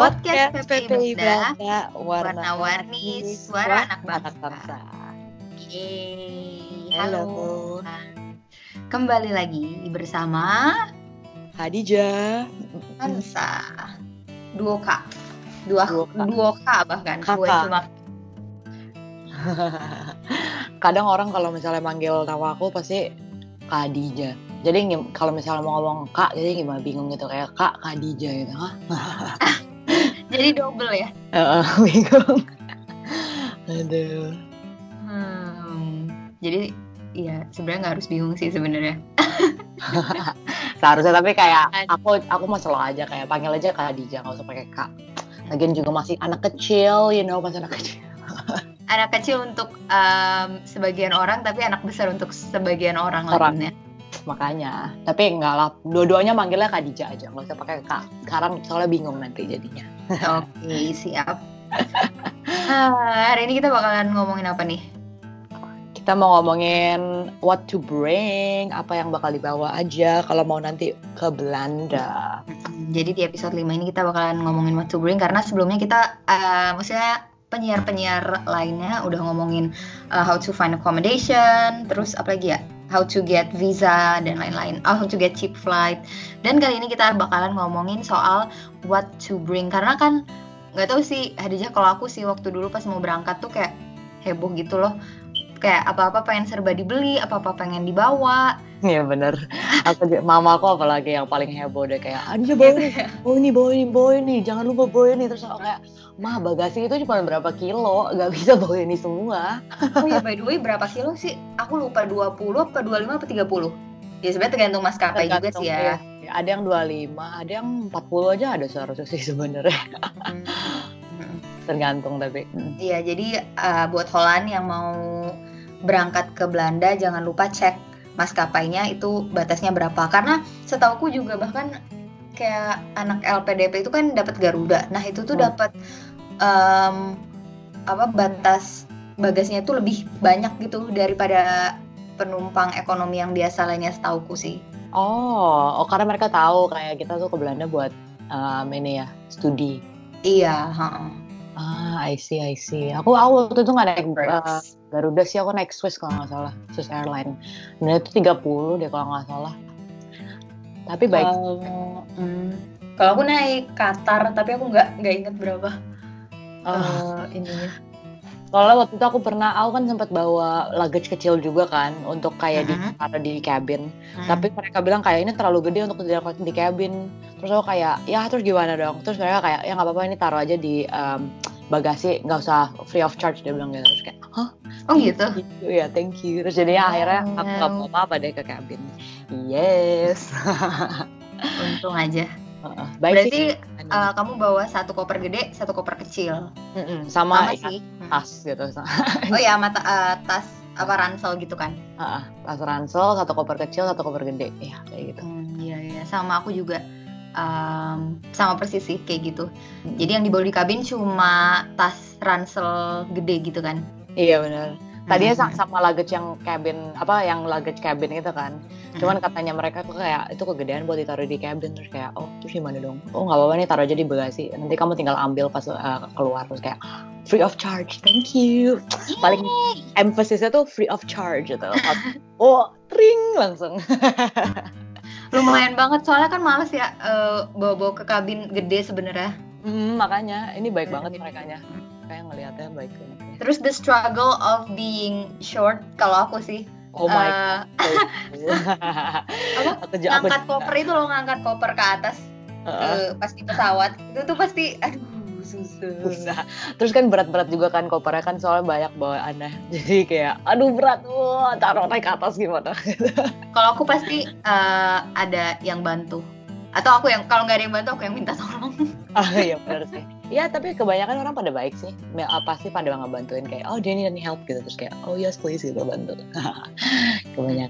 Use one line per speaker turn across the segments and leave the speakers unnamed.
Podcast
Podcast
PPI
PPI
Muda,
Belanda,
warna-warni suara anak bangsa.
bangsa.
Yeay,
Halo.
halo. Kembali lagi bersama
Hadijah.
Hansa. Duo K. Duo K bahkan.
Kakak.
Gue cuma
Kadang orang kalau misalnya manggil nama aku pasti Kak Hadijah. Jadi kalau misalnya mau ngomong Kak, jadi gimana bingung gitu kayak Kak Hadijah gitu. Hah?
jadi double ya.
Bingung. Aduh.
Jadi ya sebenarnya nggak harus bingung sih sebenarnya.
Seharusnya tapi kayak aku mau slow aja kayak panggil aja Kak Hadijah, nggak usah pakai Kak. Lagian juga masih anak kecil, masih anak kecil.
Anak kecil untuk sebagian orang, tapi anak besar untuk sebagian orang lainnya.
Makanya, tapi enggak lah, dua-duanya manggilnya Kak Hadijah aja, nggak usah pakai Kak. Sekarang soalnya bingung nanti jadinya.
Oke, siap. Hari ini kita bakalan ngomongin apa nih?
Kita mau ngomongin what to bring, apa yang bakal dibawa aja kalau mau nanti ke Belanda.
Jadi di episode 5 ini kita bakalan ngomongin what to bring, karena sebelumnya kita, maksudnya penyiar-penyiar lainnya udah ngomongin how to find accommodation, terus apa lagi ya? How to get visa dan lain-lain, how to get cheap flight. Dan kali ini kita bakalan ngomongin soal what to bring, karena kan nggak tahu sih Hadijah, kalau aku sih waktu dulu pas mau berangkat tuh kayak heboh gitu loh, kayak apa-apa pengen serba dibeli, apa-apa pengen dibawa.
Iya bener, mama aku apalagi yang paling heboh deh kayak Hadijah bawa ini, jangan lupa bawa ini. Terus aku kayak, mah bagasi itu cuma berapa kilo, gak bisa bawa ini semua.
Oh ya, by the way, berapa kilo sih? Aku lupa 20 apa 25 apa 30. Ya sebenarnya tergantung maskapai juga sih ya.
Ada yang 25, ada yang 40 aja ada seharusnya sih sebenarnya. Tergantung tapi.
Iya, jadi buat Holland yang mau berangkat ke Belanda jangan lupa cek maskapainya itu batasnya berapa. Karena setauku juga bahkan kayak anak LPDP itu kan dapat Garuda. Nah, itu tuh dapat batas bagasinya tuh lebih banyak gitu daripada penumpang ekonomi yang biasa lainnya, setauku sih.
Oh, karena mereka tahu kayak kita tuh ke Belanda buat ini ya, studi.
Iya,
I see. Aku waktu itu nggak naik Garuda sih, aku naik Swiss kalau nggak salah, Swiss Airline. Dan itu 30 deh kalau nggak salah. Tapi baik.
Kalau aku naik Qatar, tapi aku nggak inget berapa ininya.
Soalnya waktu itu aku kan sempat bawa luggage kecil juga kan, untuk kayak ditaruh di cabin. Tapi mereka bilang kayak ini terlalu gede untuk ditaruh di cabin. Terus aku kayak, ya terus gimana dong? Terus mereka kayak, ya nggak apa-apa, ini taruh aja di bagasi, nggak usah free of charge, dia bilang gitu. Terus kayak, hah?
Oh gitu?
Ya thank you. Terus jadinya akhirnya aku nggak mau apa-apa deh ke cabin. Yes.
Untung aja.
Berarti
kamu bawa satu koper gede, satu koper kecil.
Sama
sih.
Tas gitu.
Oh ya, tas apa ransel gitu kan?
Tas ransel, satu koper kecil, satu koper gede. Ya kayak gitu.
Iya, sama aku juga sama persis sih kayak gitu. Jadi yang dibawa di kabin cuma tas ransel gede gitu kan?
Iya benar. Tadinya sama luggage yang cabin, yang luggage cabin gitu kan. Cuman katanya mereka tuh kayak itu kegedean buat ditaruh di cabin. Terus kayak, terus gimana dong? Nggak apa-apa nih, taruh aja di bagasi. Nanti kamu tinggal ambil pas keluar. Terus kayak free of charge, thank you. Paling emphasisnya tuh free of charge gitu. Ring langsung.
Lumayan banget, soalnya kan males ya bawa-bawa ke kabin gede sebenarnya.
Makanya ini baik banget merekanya. Kayak ngelihatnya baik banget.
Terus the struggle of being short kalau aku sih.
Oh my god.
Ngangkat koper ke atas pas di pesawat. Itu tuh pasti susah.
Terus kan berat-berat juga kan kopernya kan, soalnya banyak bawaannya. Jadi kayak berat. Taruh naik ke atas gimana.
Kalau aku pasti ada yang bantu. Atau aku yang, kalau nggak ada yang bantu, aku yang minta tolong.
Iya benar sih. Ya tapi kebanyakan orang pada baik sih. Pasti pada ngebantuin kayak, do you need any help gitu. Terus kayak, yes please gitu, bantu. Kebanyakan.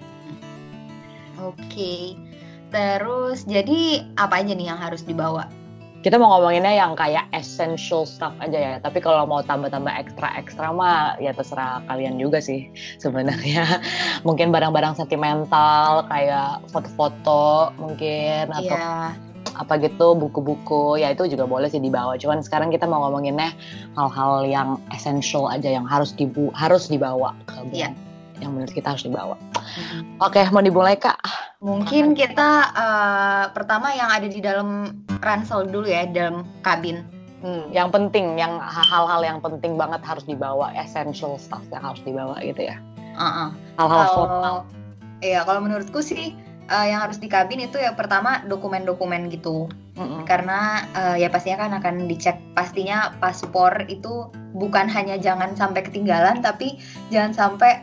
Oke. Terus jadi apa aja nih yang harus dibawa?
Kita mau ngomonginnya yang kayak essential stuff aja ya. Tapi kalau mau tambah-tambah ekstra mah ya terserah kalian juga sih sebenarnya. Mungkin barang-barang sentimental kayak foto-foto mungkin atau apa gitu, buku-buku, ya itu juga boleh sih dibawa. Cuman sekarang kita mau ngomonginnya hal-hal yang essential aja, yang harus dibawa ke brand, yang menurut kita harus dibawa. Oke, mau dimulai Kak?
Mungkin kita pertama yang ada di dalam ransel dulu ya, dalam kabin.
Yang penting, yang hal-hal yang penting banget harus dibawa, essential stuff yang harus dibawa gitu ya. Hal-hal formal.
Iya, kalau menurutku sih yang harus di kabin itu ya pertama dokumen-dokumen gitu. Karena ya pastinya kan akan dicek, pastinya paspor itu bukan hanya jangan sampai ketinggalan, tapi jangan sampai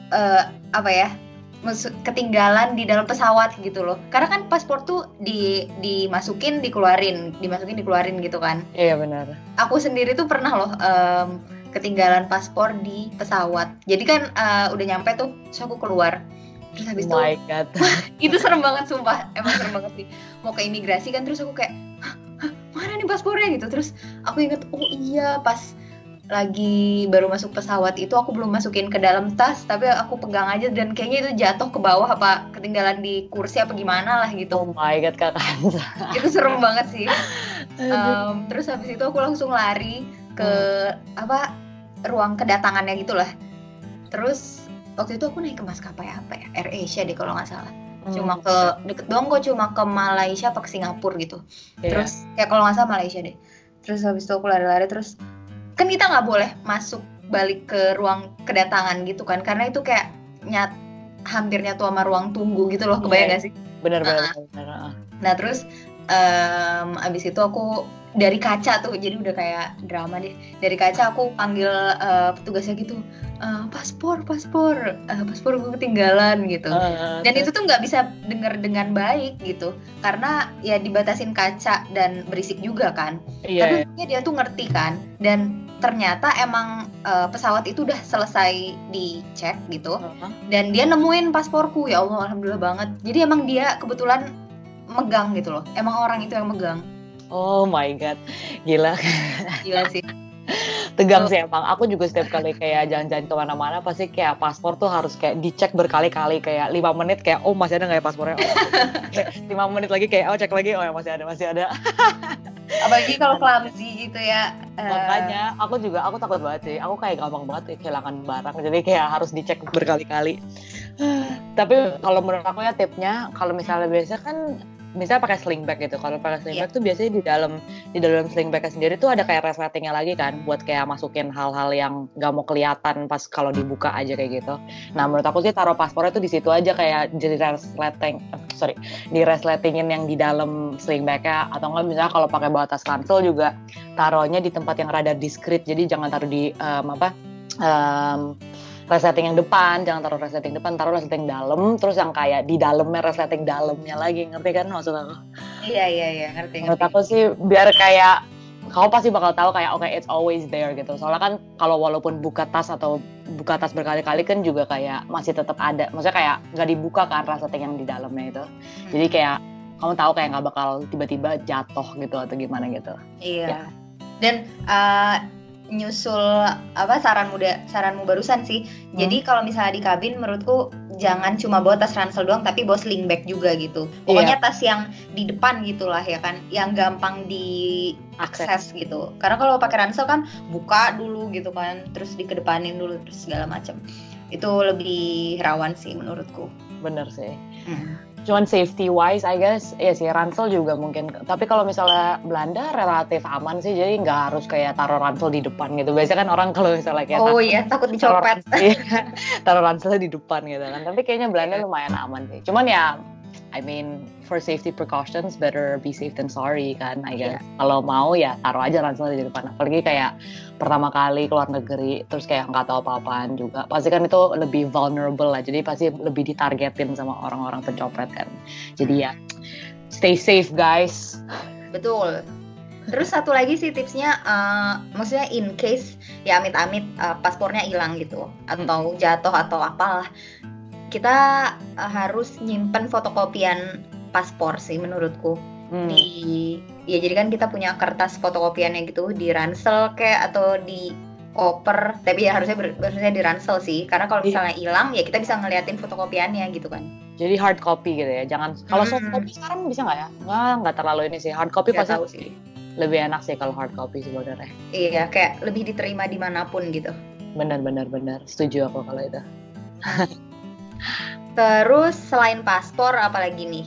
ketinggalan di dalam pesawat gitu loh. Karena kan paspor tuh dimasukin dikeluarin gitu kan.
Iya benar.
Aku sendiri tuh pernah loh ketinggalan paspor di pesawat. Jadi kan udah nyampe tuh, terus aku keluar. Terus habis itu,
my God.
Itu serem banget sumpah, emang serem banget sih. Mau ke imigrasi kan, terus aku kayak, mana nih paspornya gitu. Terus aku inget, oh iya pas lagi baru masuk pesawat itu aku belum masukin ke dalam tas, tapi aku pegang aja dan kayaknya itu jatuh ke bawah apa ketinggalan di kursi apa gimana lah gitu.
Oh my God Kak Kanza.
Itu serem banget sih. Terus habis itu aku langsung lari ke ruang kedatangannya gitulah. Terus waktu itu aku naik ke maskapai apa ya, AirAsia deh kalau nggak salah. Cuma ke deket doang kok, cuma ke Malaysia apa ke Singapura gitu. Terus kayak kalau nggak salah Malaysia deh. Terus habis itu aku lari-lari, terus kan kita nggak boleh masuk balik ke ruang kedatangan gitu kan, karena itu kayak hampir nyatu sama ruang tunggu gitu loh, kebayang nggak sih?
Benar.
Nah terus abis itu aku dari kaca tuh, jadi udah kayak drama deh. Dari kaca aku panggil petugasnya gitu, paspor gue ketinggalan gitu. Dan itu tuh nggak bisa denger dengan baik gitu, karena ya dibatasin kaca dan berisik juga kan. Tapi dia tuh ngerti kan, dan ternyata emang pesawat itu udah selesai dicek gitu, dan dia nemuin pasporku. Ya Allah, alhamdulillah banget. Jadi emang dia kebetulan megang gitu loh, emang orang itu yang megang.
Oh my God, gila
sih.
Tegang sih emang. Aku juga setiap kali kayak jalan-jalan kemana-mana pasti kayak paspor tuh harus kayak dicek berkali-kali, kayak 5 menit kayak oh masih ada nggak ya paspornya, 5 menit lagi kayak oh cek lagi, oh ya masih ada.
Apalagi kalau clumsy gitu ya.
Makanya aku takut banget sih, aku kayak gampang banget kehilangan barang, jadi kayak harus dicek berkali-kali. Tapi kalau menurut aku ya tipnya, kalau misalnya biasa kan misalnya pakai sling bag gitu. Kalau pakai sling bag tuh biasanya di dalam sling bagnya sendiri tuh ada kayak resletingnya lagi kan, buat kayak masukin hal-hal yang nggak mau kelihatan pas kalau dibuka aja kayak gitu. Nah menurut aku sih taruh paspornya tuh di situ aja, kayak di resletingin yang di dalam sling bagnya, atau enggak misalnya kalau pakai bawa tas ransel juga taruhnya di tempat yang rada diskret. Jadi jangan taruh di resleting yang depan, jangan taruh resleting depan, taruh resleting dalam, terus yang kayak di dalamnya resleting dalamnya lagi, ngerti kan maksud aku?
Iya, ngerti.
Menurut aku sih biar kayak kamu pasti bakal tahu kayak oke, it's always there gitu. Soalnya kan kalau walaupun buka tas berkali-kali kan juga kayak masih tetap ada, maksudnya kayak nggak dibuka kan resleting yang di dalamnya itu. Jadi kayak kamu tahu kayak nggak bakal tiba-tiba jatuh gitu atau gimana gitu.
Iya. Ya. Dan nyusul saranmu barusan sih. Jadi kalau misalnya di kabin menurutku jangan cuma bawa tas ransel doang, tapi bawa sling bag juga gitu. Pokoknya tas yang di depan gitulah ya kan, yang gampang diakses gitu. Karena kalau pakai ransel kan buka dulu gitu kan, terus dikedepanin dulu terus segala macam. Itu lebih rawan sih menurutku.
Bener sih. Cuman safety wise I guess ya sih ransel juga mungkin, tapi kalau misalnya Belanda relatif aman sih, jadi nggak harus kayak taruh ransel di depan gitu. Biasanya kan orang kalau misalnya kayak
takut dicopet
taruh ransel di depan gitu kan, tapi kayaknya Belanda lumayan aman sih. Cuman ya I mean for safety precautions better be safe than sorry kan I guess. Kalau mau ya taruh aja ransel di depan, apalagi kayak pertama kali keluar negeri terus kayak nggak tahu apa-apaan juga, pasti kan itu lebih vulnerable lah, jadi pasti lebih ditargetin sama orang-orang pencopet kan. Jadi ya stay safe guys.
Betul. Terus satu lagi sih tipsnya, maksudnya in case ya amit-amit paspornya hilang gitu atau jatuh atau apalah, kita harus nyimpen fotokopian paspor sih menurutku. Jadi kan kita punya kertas fotokopiannya gitu di ransel kayak atau di koper, tapi ya harusnya di ransel sih, karena kalau misalnya hilang ya kita bisa ngeliatin fotokopiannya gitu kan.
Jadi hard copy gitu ya. Jangan kalau soft copy sekarang bisa nggak ya? Nggak terlalu ini sih. Hard copy
Nggak
pasti
tahu sih.
lebih enak sih kalau hard copy sebenarnya.
Iya, kayak lebih diterima dimanapun gitu.
Benar. Setuju aku kalau itu.
Terus selain paspor apalagi nih?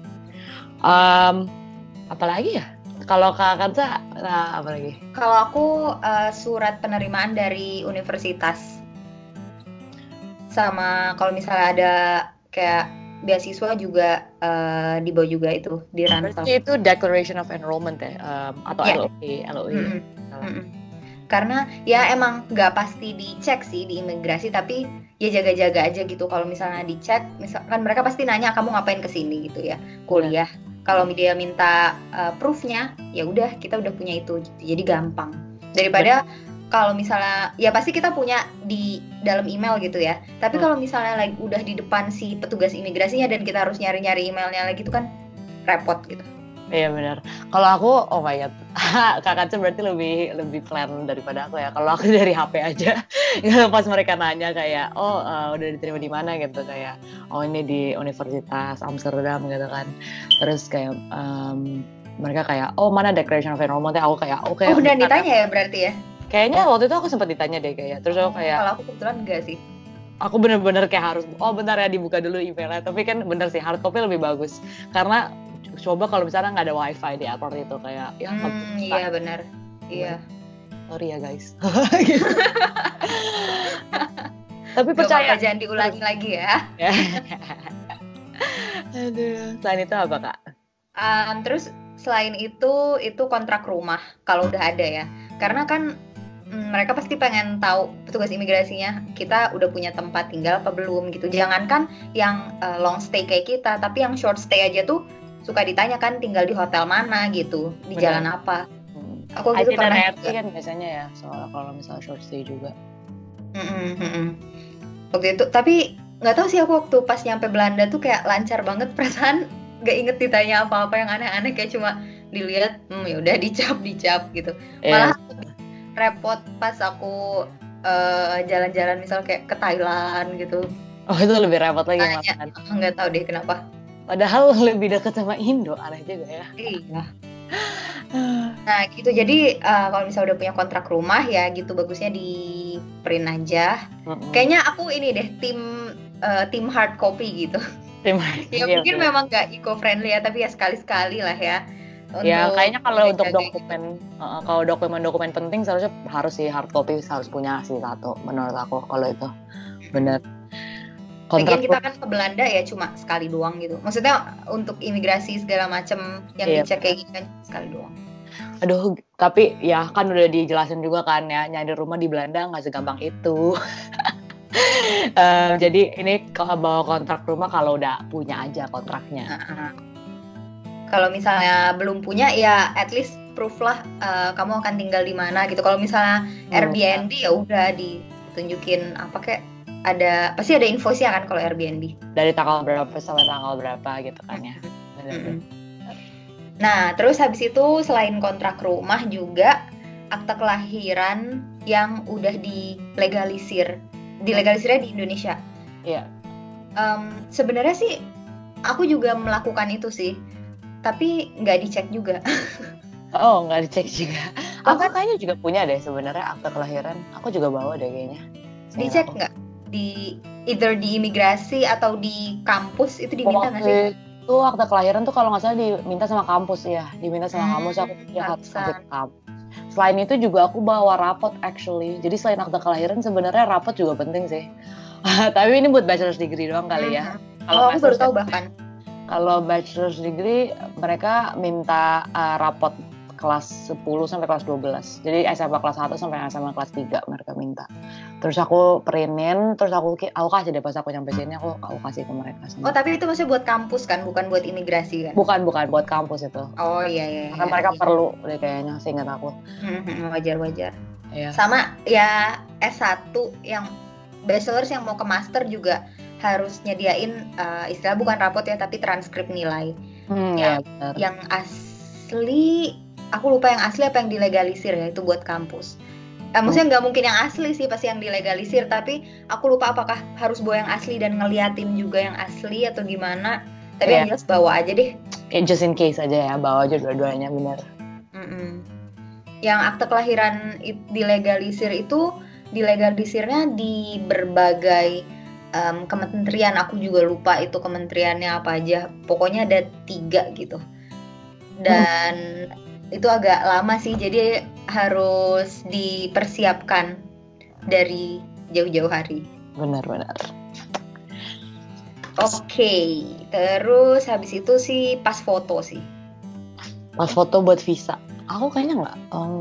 Apalagi ya? Kalau Kak Kansa, apa lagi?
Kalau aku surat penerimaan dari universitas. Sama kalau misalnya ada kayak beasiswa juga dibawa juga itu di ransel.
Berarti itu Declaration of Enrollment ya? Atau LOE?
Karena ya emang nggak pasti dicek sih di imigrasi, tapi ya jaga-jaga aja gitu. Kalau misalnya dicek, misalkan mereka pasti nanya kamu ngapain kesini gitu ya, kuliah. Kalau dia minta proofnya, ya udah kita udah punya itu gitu. Jadi gampang. Daripada kalau misalnya ya pasti kita punya di dalam email gitu ya. Tapi kalau misalnya udah di depan si petugas imigrasinya dan kita harus nyari-nyari emailnya lagi itu kan repot gitu.
Iya benar. Kalau aku, oh my god, Kak Kansa berarti lebih plan daripada aku ya. Kalau aku dari HP aja, pas mereka nanya kayak, udah diterima di mana gitu, kayak, ini di Universitas Amsterdam gitu kan. Terus kayak mereka kayak, mana Declaration of Enrollment? Aku kayak, oke.
Udah ditanya ya berarti ya?
Kayaknya waktu itu aku sempat ditanya deh kayak, terus aku kayak.
Kalau aku kebetulan enggak sih.
Aku bener-bener kayak harus, bentar ya dibuka dulu emailnya. Tapi kan bener sih, hard copy lebih bagus. Karena coba kalau misalnya nggak ada wifi di airport itu kayak
iya benar. Iya.
Sorry ya guys. Tapi percaya
jangan diulangi lagi ya.
Aduh. Selain itu apa Kak?
Terus selain itu kontrak rumah kalau udah ada ya. Karena kan mereka pasti pengen tahu petugas imigrasinya kita udah punya tempat tinggal apa belum gitu. Jangankan yang long stay kayak kita, tapi yang short stay aja tuh suka ditanya kan tinggal di hotel mana gitu, di jalan apa. Aku gitu pernah
juga. Kan biasanya ya, soalnya kalau misalnya short stay juga.
Waktu itu, tapi nggak tahu sih aku waktu pas nyampe Belanda tuh kayak lancar banget, perasaan nggak inget ditanya apa-apa yang aneh-aneh, kayak cuma dilihat, ya udah dicap gitu. Malah repot pas aku jalan-jalan misal kayak ke Thailand gitu.
Oh itu lebih repot lagi
malahan. Nggak tahu deh kenapa.
Padahal lebih dekat sama Indo, aneh juga ya.
Iya. Nah gitu, jadi kalau misalnya udah punya kontrak rumah ya gitu, bagusnya di print aja. Kayaknya aku ini deh tim hard copy gitu. Ya mungkin memang nggak eco-friendly ya, tapi ya sekali-sekali lah ya.
Ya kayaknya kalau untuk dokumen, kalau dokumen penting seharusnya harus sih hard copy, harus punya sih satu menurut aku kalau itu benar.
Lagian kita kan ke Belanda ya cuma sekali doang gitu. Maksudnya untuk imigrasi segala macam yang dicek kayak gitu kan sekali doang.
Aduh, tapi ya kan udah dijelasin juga kan ya, nyari rumah di Belanda nggak segampang itu. Jadi ini kalau bawa kontrak rumah kalau udah punya aja kontraknya.
Kalau misalnya belum punya ya at least proof lah kamu akan tinggal di mana gitu. Kalau misalnya Airbnb ya udah ditunjukin apa kayak pasti ada invoice-nya kan kalau Airbnb.
Dari tanggal berapa sampai tanggal berapa gitu kan ya.
Nah, terus habis itu selain kontrak rumah juga akta kelahiran yang udah dilegalisirnya di Indonesia.
Iya.
Sebenarnya sih aku juga melakukan itu sih, tapi nggak dicek juga.
Oh, nggak dicek juga. Aku kayaknya juga punya deh sebenarnya akta kelahiran. Aku juga bawa deh kayaknya.
Dicek nggak? Either di imigrasi atau di kampus itu diminta nggak sih?
Itu akta kelahiran tuh kalau nggak salah diminta sama kampus ya, diminta sama kampus. Aku harus kasih kampus. Selain itu juga aku bawa rapot actually. Jadi selain akta kelahiran sebenarnya rapot juga penting sih. Tapi ini buat bachelor's degree doang kali ya.
Kalau aku baru tahu bahkan.
Kalau bachelor's degree mereka minta rapot kelas 10 sampai kelas 12. Jadi SMA kelas 1 sampai SMA kelas 3 mereka minta. Terus aku printin, terus aku kasih deh pas aku nyampe sini aku kasih ke mereka semua.
Oh, tapi itu maksudnya buat kampus kan, bukan buat imigrasi kan?
Bukan buat kampus itu.
Oh iya.
Karena mereka perlu deh kayaknya, seingat aku.
Wajar.
Iya.
Sama ya S1 yang bachelor's yang mau ke master juga harus nyediain istilah bukan rapot ya, tapi transkrip nilai.
Iya benar.
Yang asli aku lupa yang asli apa yang dilegalisir ya, itu buat kampus. Maksudnya nggak mungkin yang asli sih, pasti yang dilegalisir. Tapi aku lupa apakah harus bawa yang asli dan ngeliatin juga yang asli atau gimana. Tapi yang jelas bawa aja deh.
Just in case aja ya, bawa aja dua-duanya, bener.
Yang akte kelahiran dilegalisir itu dilegalisirnya di berbagai kementerian. Aku juga lupa itu kementeriannya apa aja. Pokoknya ada 3 gitu. Dan itu agak lama sih, jadi harus dipersiapkan dari jauh-jauh hari.
Benar-benar.
Oke, terus habis itu sih pas foto sih.
Pas foto buat visa. Aku kayaknya nggak.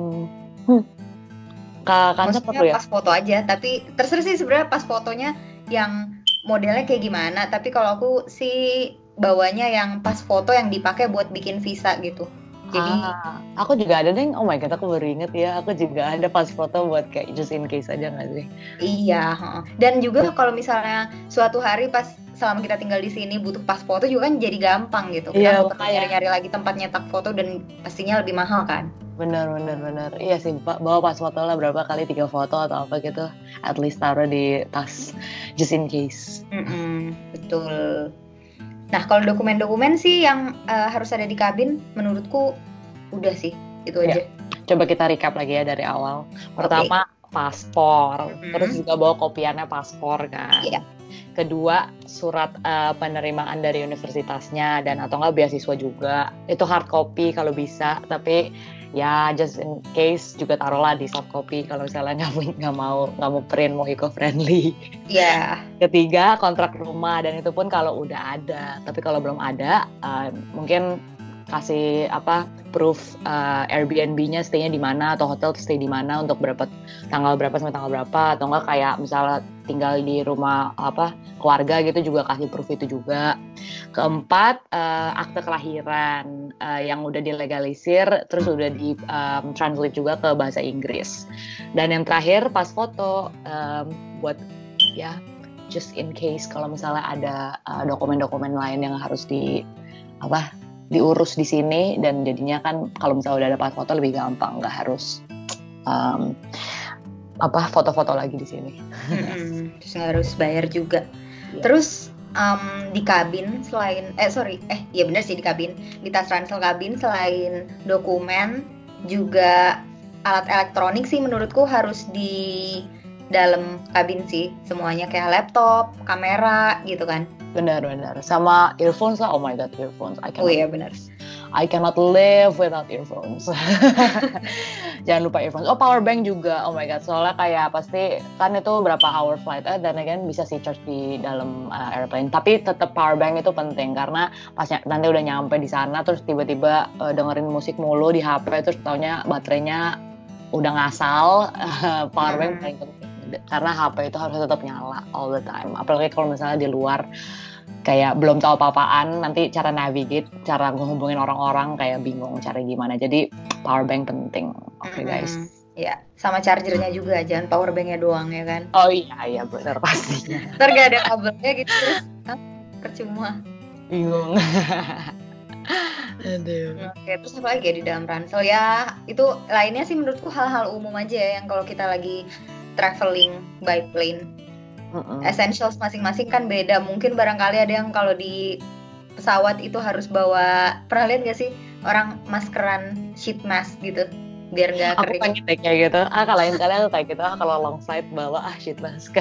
Maksudnya pas foto aja, tapi terserah sih sebenarnya pas fotonya yang modelnya kayak gimana. Tapi kalau aku sih bawanya yang pas foto yang dipakai buat bikin visa gitu. Jadi
aku juga ada deh. Oh my god, aku baru inget ya. Aku juga ada pas foto buat kayak just in case aja nggak sih?
Iya. Dan juga kalau misalnya suatu hari pas selama kita tinggal di sini butuh pas foto juga kan jadi gampang gitu. Kita nggak perlu nyari-nyari lagi tempat nyetak foto dan pastinya lebih mahal kan.
Bener. Iya sih, bawa pas foto lah berapa kali 3 foto atau apa gitu. At least taruh di tas just in case.
Betul. Nah, kalau dokumen-dokumen sih yang harus ada di kabin, menurutku udah sih, itu aja.
Coba kita recap lagi ya dari awal. Pertama, paspor. Terus juga bawa kopiannya paspor kan. Kedua, surat penerimaan dari universitasnya dan atau enggak beasiswa juga. Itu hard copy kalau bisa, tapi ya just in case juga taruhlah di soft copy kalau misalnya nggak mau print, mau eco friendly. Ketiga, kontrak rumah, dan itu pun kalau udah ada. Tapi kalau belum ada, mungkin kasih proof Airbnb-nya stay-nya di mana atau hotel stay di mana untuk tanggal berapa sampai tanggal berapa, atau enggak kayak misalnya tinggal di rumah keluarga gitu juga kasih proof itu juga. Keempat, akte kelahiran yang udah dilegalisir terus udah di translate juga ke bahasa Inggris. Dan yang terakhir pas foto buat just in case kalau misalnya ada dokumen-dokumen lain yang harus diurus di sini, dan jadinya kan kalau misalnya udah ada pas foto lebih gampang, nggak harus foto-foto lagi di sini.
Terus nggak harus bayar juga. Terus di kabin selain benar sih, di kabin, di tas ransel kabin selain dokumen juga alat elektronik sih menurutku harus di dalam kabin sih, semuanya kayak laptop, kamera gitu kan.
Benar. Sama earphones lah. Oh my god, earphones.
Benar.
I cannot live without earphones. Jangan lupa earphones. Oh, power bank juga. Oh my god, soalnya kayak pasti kan itu berapa hour flight, dan again bisa sih charge di dalam airplane. Tapi tetap power bank itu penting karena pas nanti udah nyampe di sana terus tiba-tiba dengerin musik mulu di HP, terus taunya baterainya udah ngasal. Power bank paling penting karena HP itu harus tetap nyala all the time. Apalagi kalau misalnya di luar kayak belum tahu apa-apaan, nanti cara navigate, cara menghubungin orang-orang kayak bingung cara gimana. Jadi power bank penting. Oke, guys.
Ya, sama chargernya juga, jangan power banknya doang ya kan.
Oh iya benar pastinya.
Ntar gak ada kabelnya gitu terus percuma.
Bingung.
Aduh. Oke, terus apa lagi ya di dalam ransel ya? Itu lainnya sih menurutku hal-hal umum aja ya, yang kalau kita lagi traveling by plane. Essentials masing-masing kan beda. Mungkin barangkali ada yang kalau di pesawat itu harus bawa, pernah lihat gak sih orang maskeran sheet mask gitu biar nggak kering.
Aku pengen kayak gitu. Kalau lain kali aku kayak gitu. Kalau long flight bawa sheet mask.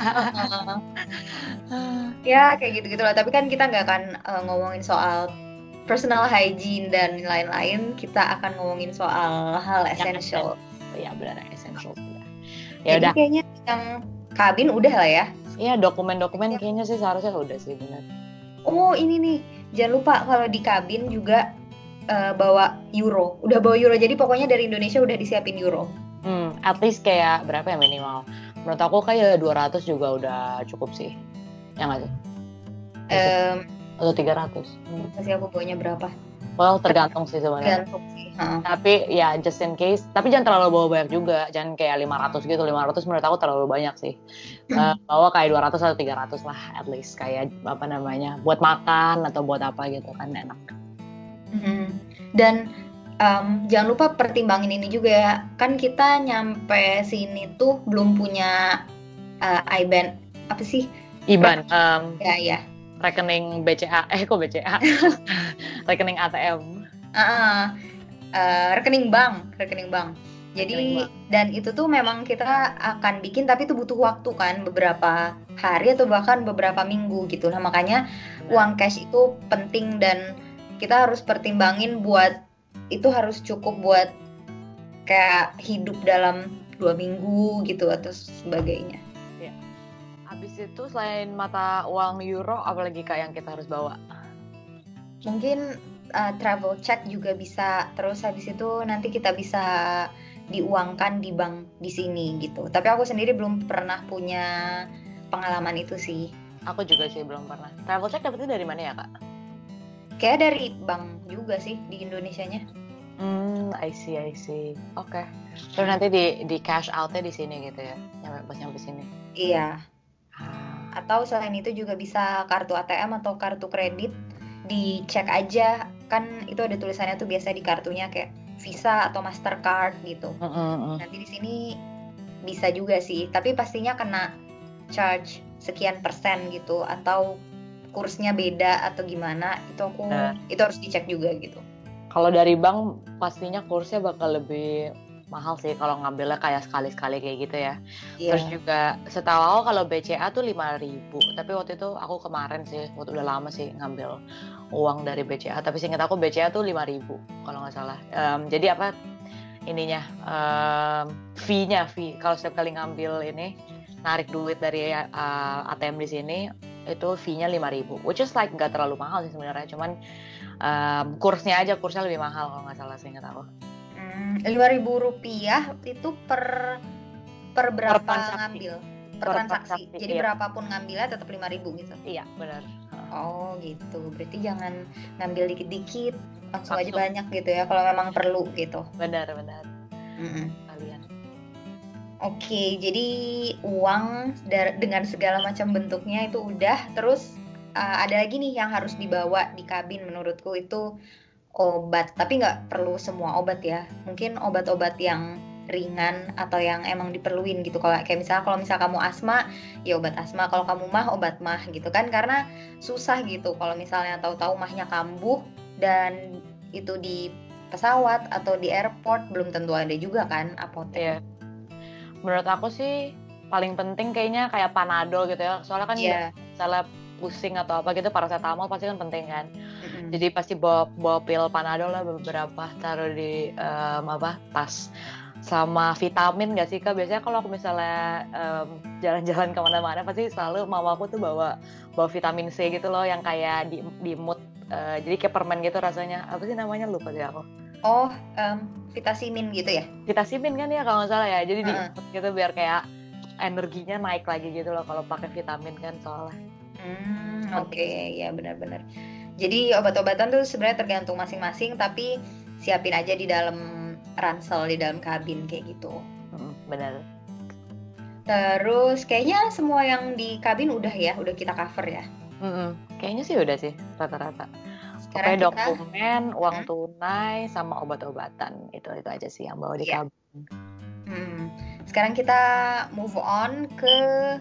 Ya kayak gitu lah. Tapi kan kita nggak akan ngomongin soal personal hygiene dan lain-lain. Kita akan ngomongin soal hal essential.
Ya benar, essential.
Ya udah. Kayaknya yang kabin udah lah ya.
Iya, dokumen-dokumen kayaknya sih seharusnya udah sih, benar.
Oh ini nih, jangan lupa kalau di kabin juga bawa euro. Udah bawa euro, jadi pokoknya dari Indonesia udah disiapin euro.
At least kayak berapa ya minimal? Menurut aku kayak 200 juga udah cukup sih. Ya nggak sih? Atau 300?
Masih aku bawanya berapa?
Well, tergantung sih sebenarnya.
Tergantung sih.
Tapi ya just in case. Tapi jangan terlalu bawa banyak juga. Jangan kayak 500 gitu. 500 menurut aku terlalu banyak sih. Bawa kayak 200 atau 300 lah at least. Kayak apa namanya, buat makan atau buat apa gitu kan enak.
Dan Jangan lupa pertimbangin ini juga ya. Kan kita nyampe sini tuh belum punya IBAN apa sih?
IBAN,
Ya.
rekening BCA, kok BCA? Rekening ATM.
Rekening bank. Jadi dan itu tuh memang kita akan bikin, tapi itu butuh waktu kan, beberapa hari atau bahkan beberapa minggu gitu. Nah makanya uang cash itu penting dan kita harus pertimbangin buat itu harus cukup buat kayak hidup dalam 2 minggu gitu atau sebagainya.
Ya. Habis itu selain mata uang euro, apalagi Kak yang kita harus bawa?
Mungkin travel check juga bisa. Terus habis itu nanti kita bisa diuangkan di bank di sini gitu. Tapi aku sendiri belum pernah punya pengalaman itu sih.
Aku juga sih belum pernah. Travel check dapetnya dari mana ya Kak?
Kayak dari bank juga sih di Indonesianya.
I see. Oke. Terus nanti di cash outnya di sini gitu ya, pas nyampe sini.
Iya. Atau selain itu juga bisa kartu ATM atau kartu kredit dicek aja, kan itu ada tulisannya tuh biasa di kartunya kayak Visa atau Mastercard gitu. Nanti di sini bisa juga sih, tapi pastinya kena charge sekian persen gitu, atau kursnya beda atau gimana, itu harus dicek juga gitu.
Kalau dari bank pastinya kursnya bakal lebih mahal sih kalau ngambilnya kayak sekali-sekali kayak gitu ya. Terus juga setahu aku kalau BCA tuh 5.000, tapi waktu itu aku kemarin sih, waktu udah lama sih ngambil uang dari BCA, tapi seingat aku BCA tuh 5.000 kalau nggak salah. Jadi apa ininya, fee kalau setiap kali ngambil ini narik duit dari ATM di sini itu fee-nya 5.000, which is like nggak terlalu mahal sih sebenarnya, cuman kursnya lebih mahal kalau nggak salah seingat aku.
Rp5.000 itu per berapa ngambil? Per transaksi. Jadi berapapun ngambilnya tetap 5.000 gitu.
Iya, benar.
Oh, gitu. Berarti jangan ngambil dikit-dikit, langsung aja banyak gitu ya kalau memang perlu gitu.
Benar. Kalian.
Oke, jadi uang dengan segala macam bentuknya itu udah. Terus ada lagi nih yang harus dibawa di kabin menurutku itu obat, tapi nggak perlu semua obat ya. Mungkin obat-obat yang ringan atau yang emang diperluin gitu. Kayak misalnya kalau kamu asma, ya obat asma. Kalau kamu mah, obat mah gitu kan. Karena susah gitu kalau misalnya tahu-tahu mahnya kambuh dan itu di pesawat atau di airport belum tentu ada juga kan apotek.
Iya. Menurut aku sih paling penting kayaknya kayak Panadol gitu ya. Soalnya kan misalnya pusing atau apa gitu, paracetamol pasti kan penting kan. Jadi pasti bawa pil Panadol lah beberapa, taruh di tas. Sama vitamin nggak sih Kak? Biasanya kalau aku misalnya jalan-jalan kemana-mana pasti selalu mamaku tuh bawa vitamin C gitu loh, yang kayak di mood, jadi kayak permen gitu rasanya. Apa sih namanya, lupa deh aku.
Oh, Vitamin gitu ya?
Vitamin kan ya kalau nggak salah ya. Jadi di mood gitu biar kayak energinya naik lagi gitu loh kalau pakai vitamin kan soalnya.
Oke, ya benar-benar. Jadi obat-obatan tuh sebenarnya tergantung masing-masing, tapi siapin aja di dalam ransel, di dalam kabin kayak gitu.
Benar.
Terus kayaknya semua yang di kabin udah kita cover ya.
Kayaknya sih udah sih rata-rata. Sekarang dokumen, uang tunai, sama obat-obatan itu aja sih yang bawa di kabin.
Sekarang kita move on ke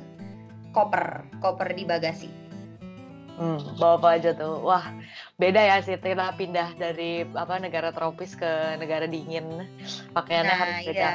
koper di bagasi.
Bawa apa aja tuh? Wah, beda ya sih, kita pindah dari negara tropis ke negara dingin, pakaiannya harus beda.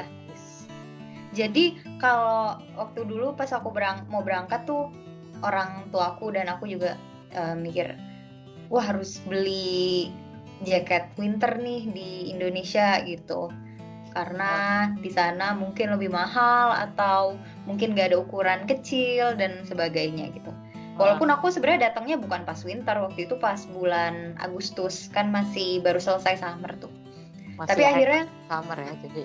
Jadi kalau waktu dulu pas aku mau berangkat tuh, orang tuaku dan aku juga mikir, wah harus beli jaket winter nih di Indonesia gitu, karena di sana mungkin lebih mahal atau mungkin gak ada ukuran kecil dan sebagainya gitu. Walaupun aku sebenarnya datangnya bukan pas winter, waktu itu pas bulan Agustus, kan masih baru selesai summer tuh. Tapi akhirnya
summer ya, jadi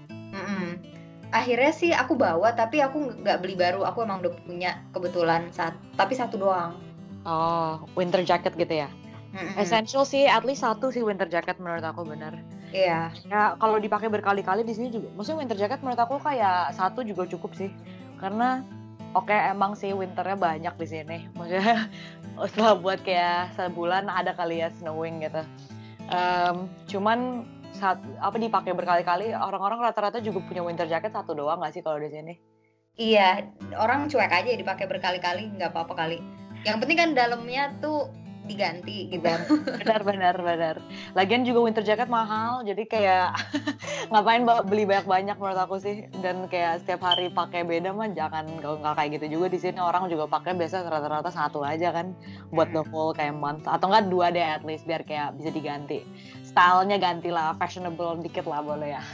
akhirnya sih aku bawa, tapi aku nggak beli baru, aku emang udah punya kebetulan tapi satu doang.
Oh, winter jacket gitu ya? Essential sih, at least satu sih winter jacket menurut aku, benar.
Iya.
Ya kalau dipakai berkali-kali di sini juga, maksudnya winter jacket menurut aku kayak satu juga cukup sih, karena emang sih winternya banyak di sini. Maksudnya setelah buat kayak sebulan ada kali ya snowing gitu. Cuman dipakai berkali-kali. Orang-orang rata-rata juga punya winter jacket satu doang nggak sih kalau di sini?
Iya, orang cuek aja dipakai berkali-kali, nggak apa-apa kali. Yang penting kan dalamnya tuh diganti gitu.
Benar. Lagian juga winter jacket mahal, jadi kayak ngapain beli banyak-banyak menurut aku sih. Dan kayak setiap hari pakai beda mah jangan, nggak kayak gitu juga. Di sini orang juga pakai biasa rata-rata satu aja kan buat the whole kayak month, atau enggak 2 deh at least biar kayak bisa diganti. Stylenya ganti lah, fashionable dikit lah boleh ya.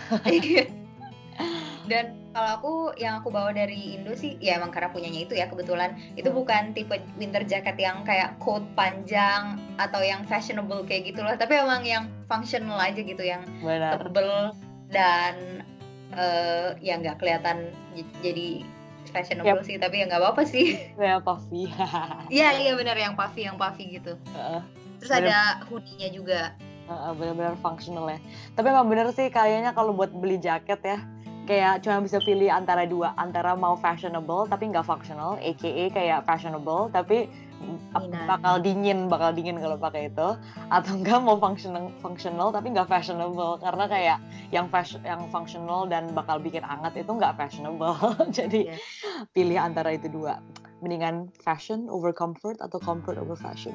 Dan kalau yang aku bawa dari Indo sih, ya emang karena punyanya itu ya kebetulan, itu bukan tipe winter jacket yang kayak coat panjang atau yang fashionable kayak gitu loh, tapi emang yang functional aja gitu, yang tebel dan ya nggak kelihatan jadi fashionable sih, tapi ya nggak apa-apa sih.
Ya puffy.
Iya benar, yang puffy gitu. Terus ada hoodie-nya juga.
Benar-benar functional ya. Tapi emang bener sih kayaknya kalau buat beli jaket ya, kayak cuma bisa pilih antara dua, antara mau fashionable tapi nggak functional, aka kayak fashionable tapi bakal dingin kalau pakai itu, atau enggak mau functional tapi nggak fashionable, karena kayak yang functional dan bakal bikin hangat itu nggak fashionable. Jadi pilih antara itu dua, mendingan fashion over comfort atau comfort over fashion.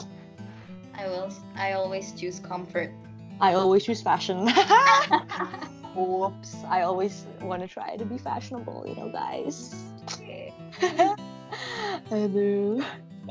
I always choose comfort.
I always choose fashion. Whoops, I always want to try to be fashionable, you know, guys. Aduh.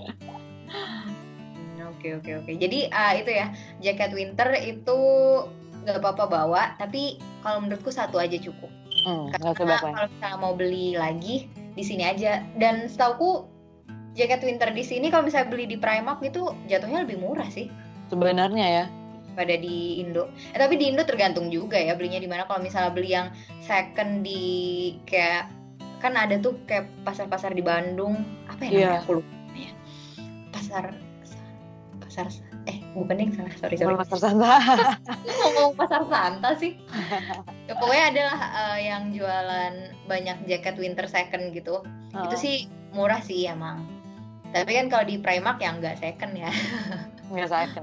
Oke. Jadi itu ya, jaket winter itu nggak apa-apa bawa, tapi kalau menurutku satu aja cukup. Karena kalau misalnya mau beli lagi di sini aja. Dan setauku jaket winter di sini kalau misalnya beli di Primark itu jatuhnya lebih murah sih.
Sebenarnya ya.
Pada di Indo. Tapi di Indo tergantung juga ya belinya di mana. Kalau misalnya beli yang second di kayak, kan ada tuh kayak pasar-pasar di Bandung, apa ya namanya? Aku lupa ya. Bukan deh, salah, sorry.
Pasar Santa.
Ngomong pasar Santa sih. Ya, pokoknya adalah yang jualan banyak jaket winter second gitu. Itu sih murah sih emang. Tapi kan kalau di Primark ya nggak second ya.
Nggak second.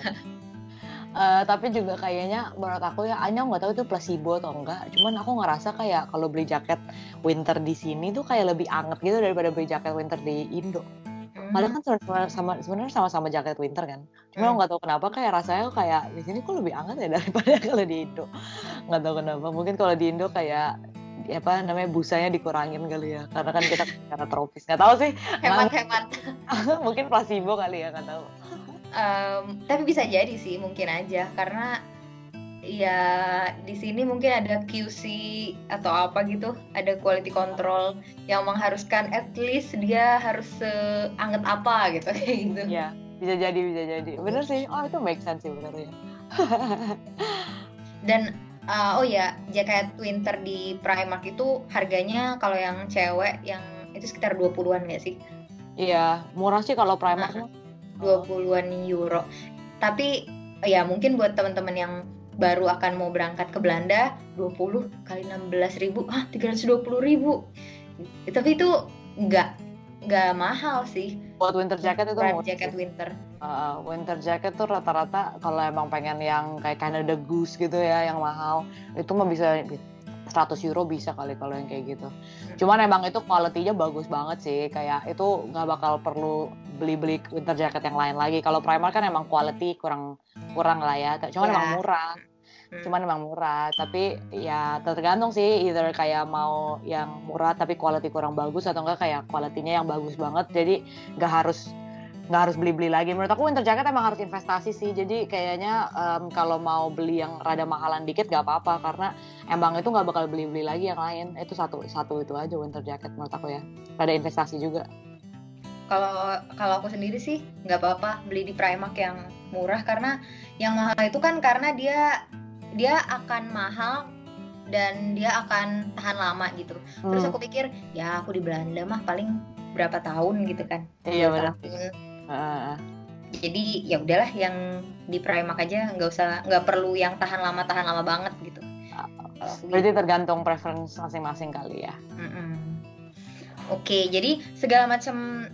Tapi juga kayaknya menurut aku ya, Anya nggak tahu itu placebo atau enggak. Cuman aku ngerasa kayak kalau beli jaket winter di sini tuh kayak lebih anget gitu daripada beli jaket winter di Indo. Padahal kan sebenarnya sama-sama jaket winter kan. Cuma nggak tahu kenapa kayak rasanya kayak di sini kok lebih anget ya daripada kalau di Indo. Nggak tahu kenapa. Mungkin kalau di Indo kayak busanya dikurangin kali ya, karena kan kita karena tropis. Nggak tahu sih.
Hemat.
Mungkin placebo kali ya, nggak tahu.
Tapi bisa jadi sih, mungkin aja karena ya di sini mungkin ada QC atau apa gitu, ada quality control yang mengharuskan at least dia harus seanget apa gitu kayak gitu.
Ya, bisa jadi. Bener sih. Itu make sense sih bener ya.
Dan jaket winter di Primark itu harganya kalau yang cewek yang itu sekitar 20-an nggak sih?
Iya, murah sih kalau Primark.
20-an euro. Tapi ya mungkin buat teman-teman yang baru akan mau berangkat ke Belanda, 20 kali 16.000, 320.000. Tapi itu nggak mahal sih.
Buat winter jacket itu murah.
Jaket winter.
Winter jacket tuh rata-rata kalau emang pengen yang kayak Canada Goose gitu ya, yang mahal, itu mah bisa 100 euro bisa kali kalau yang kayak gitu. Cuman emang itu quality-nya bagus banget sih, kayak itu nggak bakal perlu beli winter jacket yang lain lagi. Kalau Primark kan emang quality kurang lah ya. Cuman emang murah. Tapi ya tergantung sih, either kayak mau yang murah tapi quality kurang bagus, atau enggak kayak quality-nya yang bagus banget. Jadi nggak harus beli lagi. Menurut aku winter jacket emang harus investasi sih. Jadi kayaknya kalau mau beli yang rada mahalan dikit gak apa-apa, karena emang itu nggak bakal beli lagi yang lain. Itu satu itu aja winter jacket menurut aku ya. Rada investasi juga.
Kalau aku sendiri sih nggak apa-apa beli di Primark yang murah, karena yang mahal itu kan karena dia akan mahal dan dia akan tahan lama gitu. Terus aku pikir ya aku di Belanda mah paling berapa tahun gitu kan.
Iya benar.
Jadi ya udahlah yang di Primark aja, nggak perlu yang tahan lama banget gitu.
Berarti tergantung preference masing-masing kali ya.
Oke, jadi segala macam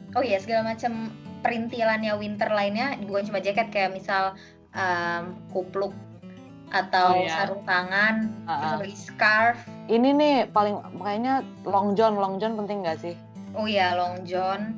perintilannya winter lainnya, bukan cuma jaket, kayak misal kupluk atau
Oh ya.
sarung tangan, terus lagi scarf.
Ini nih paling kayaknya long john penting nggak sih?
Oh iya, long john.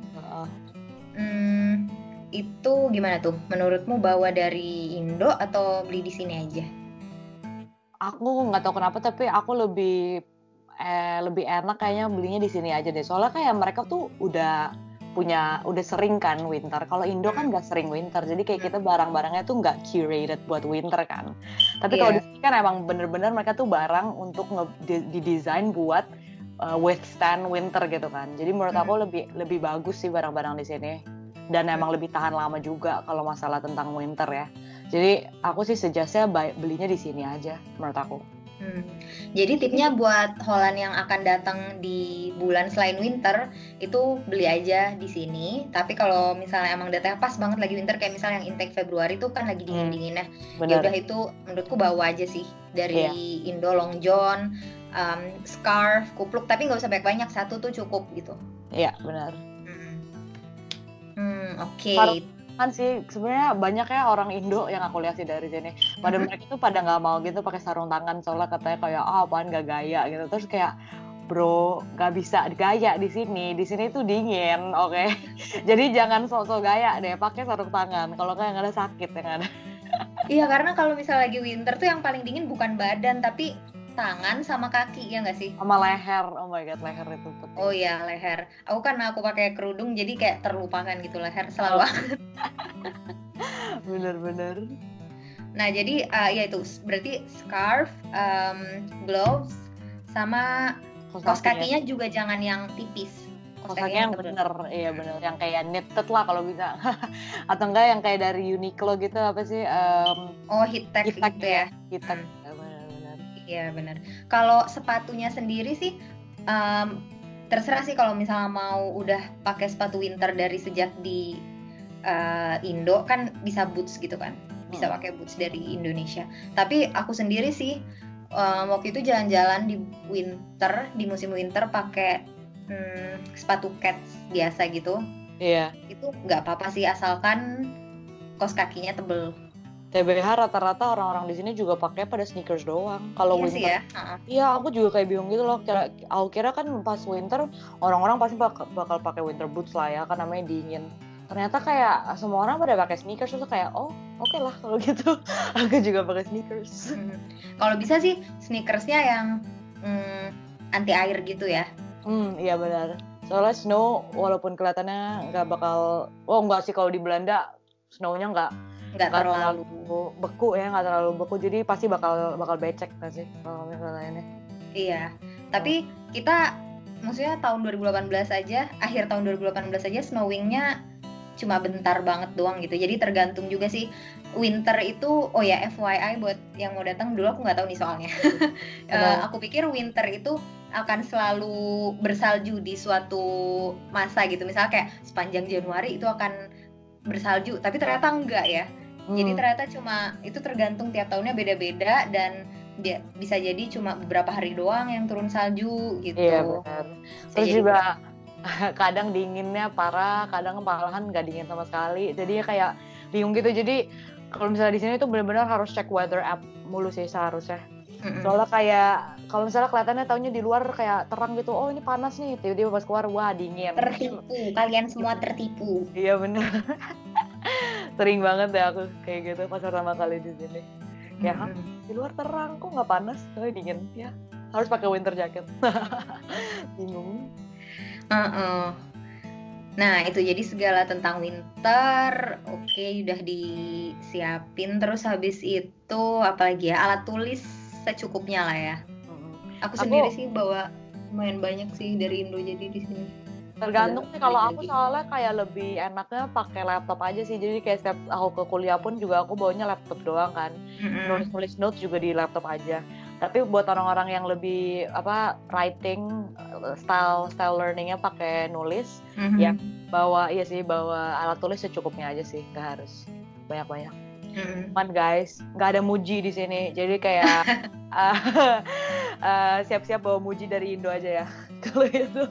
Itu gimana tuh? Menurutmu bawa dari Indo atau beli di sini aja?
Aku nggak tahu kenapa tapi aku lebih enak kayaknya belinya di sini aja deh. Soalnya kayak mereka tuh udah sering kan winter. Kalau Indo kan nggak sering winter, jadi kayak kita barang-barangnya tuh nggak curated buat winter kan. Tapi kalau di sini kan emang bener-bener mereka tuh barang untuk didesain buat withstand winter gitu kan. Jadi menurut aku lebih bagus sih barang-barang di sini. Dan emang lebih tahan lama juga kalau masalah tentang winter ya. Jadi aku sih suggest-nya belinya di sini aja menurut aku.
Jadi tipnya buat Holland yang akan datang di bulan selain winter itu beli aja di sini. Tapi kalau misalnya emang datanya pas banget lagi winter, kayak misalnya yang intake Februari itu kan lagi dingin-dinginnya, ya udah itu menurutku bawa aja sih dari Indo long john, scarf, kupluk, tapi nggak usah banyak-banyak, satu tuh cukup gitu.
Iya benar.
Oke.
Kan sih sebenarnya banyak ya orang Indo yang aku lihat sih dari sini. Pada mereka tuh pada nggak mau gitu pakai sarung tangan soalnya katanya kayak apaan nggak gaya gitu. Terus kayak bro nggak bisa gaya di sini tuh dingin, oke? Jadi jangan sok-sok gaya deh, pakai sarung tangan. Kalau kayak nggak ada sakit ya kan?
Iya karena kalau misalnya lagi winter tuh yang paling dingin bukan badan tapi tangan sama kaki, ya nggak sih?
Sama leher, oh my god, leher itu penting.
Oh iya, leher. Aku pakai kerudung jadi kayak terlupakan gitu, leher selalu banget.
Bener.
Nah jadi ya itu berarti scarf, gloves, sama kaos kakinya juga jangan yang tipis.
Kaos kakinya yang bener, iya bener. Yang kayak knitted lah kalau bisa. Atau enggak yang kayak dari Uniqlo gitu, apa sih?
Heat-tech gitu ya.
Heat-tech.
Iya benar. Kalau sepatunya sendiri sih terserah sih, kalau misalnya mau udah pakai sepatu winter dari sejak di Indo kan bisa boots gitu kan, bisa pakai boots dari Indonesia. Tapi aku sendiri sih waktu itu jalan-jalan di musim winter pakai sepatu Keds biasa gitu.
Iya.
Itu nggak apa-apa sih asalkan kaos kakinya tebel.
TBH rata-rata orang-orang di sini juga pakai pada sneakers doang. Kalau winter,
sih ya.
Iya, aku juga kayak bingung gitu loh. Aku kira kan pas winter orang-orang pasti bakal pakai winter boots lah ya, kan namanya dingin. Ternyata kayak semua orang pada pakai sneakers, terus kayak oke lah kalau gitu. Aku juga pakai sneakers. Kalau
bisa sih sneakersnya yang anti air gitu ya.
Iya benar. Soalnya snow walaupun kelihatannya nggak bakal, nggak sih kalau di Belanda snownya nggak terlalu beku ya, nggak terlalu beku, jadi pasti bakal becek nggak sih kalau misalnya ini.
Iya, tapi kita maksudnya tahun 2018 aja, akhir tahun 2018 aja snowingnya cuma bentar banget doang gitu, jadi tergantung juga sih. Winter itu, FYI buat yang mau datang, dulu aku nggak tahu nih soalnya. Aku pikir winter itu akan selalu bersalju di suatu masa gitu, misalnya kayak sepanjang Januari itu akan bersalju, tapi ternyata enggak ya. Jadi ternyata cuma itu tergantung tiap tahunnya beda-beda, dan dia bisa jadi cuma beberapa hari doang yang turun salju gitu.
Iya benar. Terus juga kadang dinginnya parah, kadang malahan nggak dingin sama sekali. Jadi kayak bingung gitu. Jadi kalau misalnya di sini tuh benar-benar harus cek weather app mulu sih seharusnya. Soalnya kayak kalau misalnya kelihatannya taunya di luar kayak terang gitu, ini panas nih, tiba-tiba pas keluar wah dingin.
Tertipu, kalian semua tertipu.
Iya benar. Sering banget ya aku kayak gitu pas pertama kali di sini. Kayak di luar terang kok nggak panas, tapi dingin ya. Harus pakai winter jacket. Bingung.
Nah itu jadi segala tentang winter, oke, udah disiapin. Terus habis itu apalagi ya, alat tulis secukupnya lah ya. Aku sendiri sih bawa lumayan banyak sih dari Indo jadi di sini.
Tergantung sih, kalau aku soalnya kayak lebih enaknya pakai laptop aja sih. Jadi kayak setiap aku ke kuliah pun juga aku bawanya laptop doang kan. Nulis notes juga di laptop aja. Tapi buat orang-orang yang lebih writing style learningnya pakai nulis, ya bawa alat tulis secukupnya aja sih, nggak harus banyak-banyak. Cuman guys, nggak ada Muji di sini, jadi kayak siap-siap bawa Muji dari Indo aja ya kalau itu.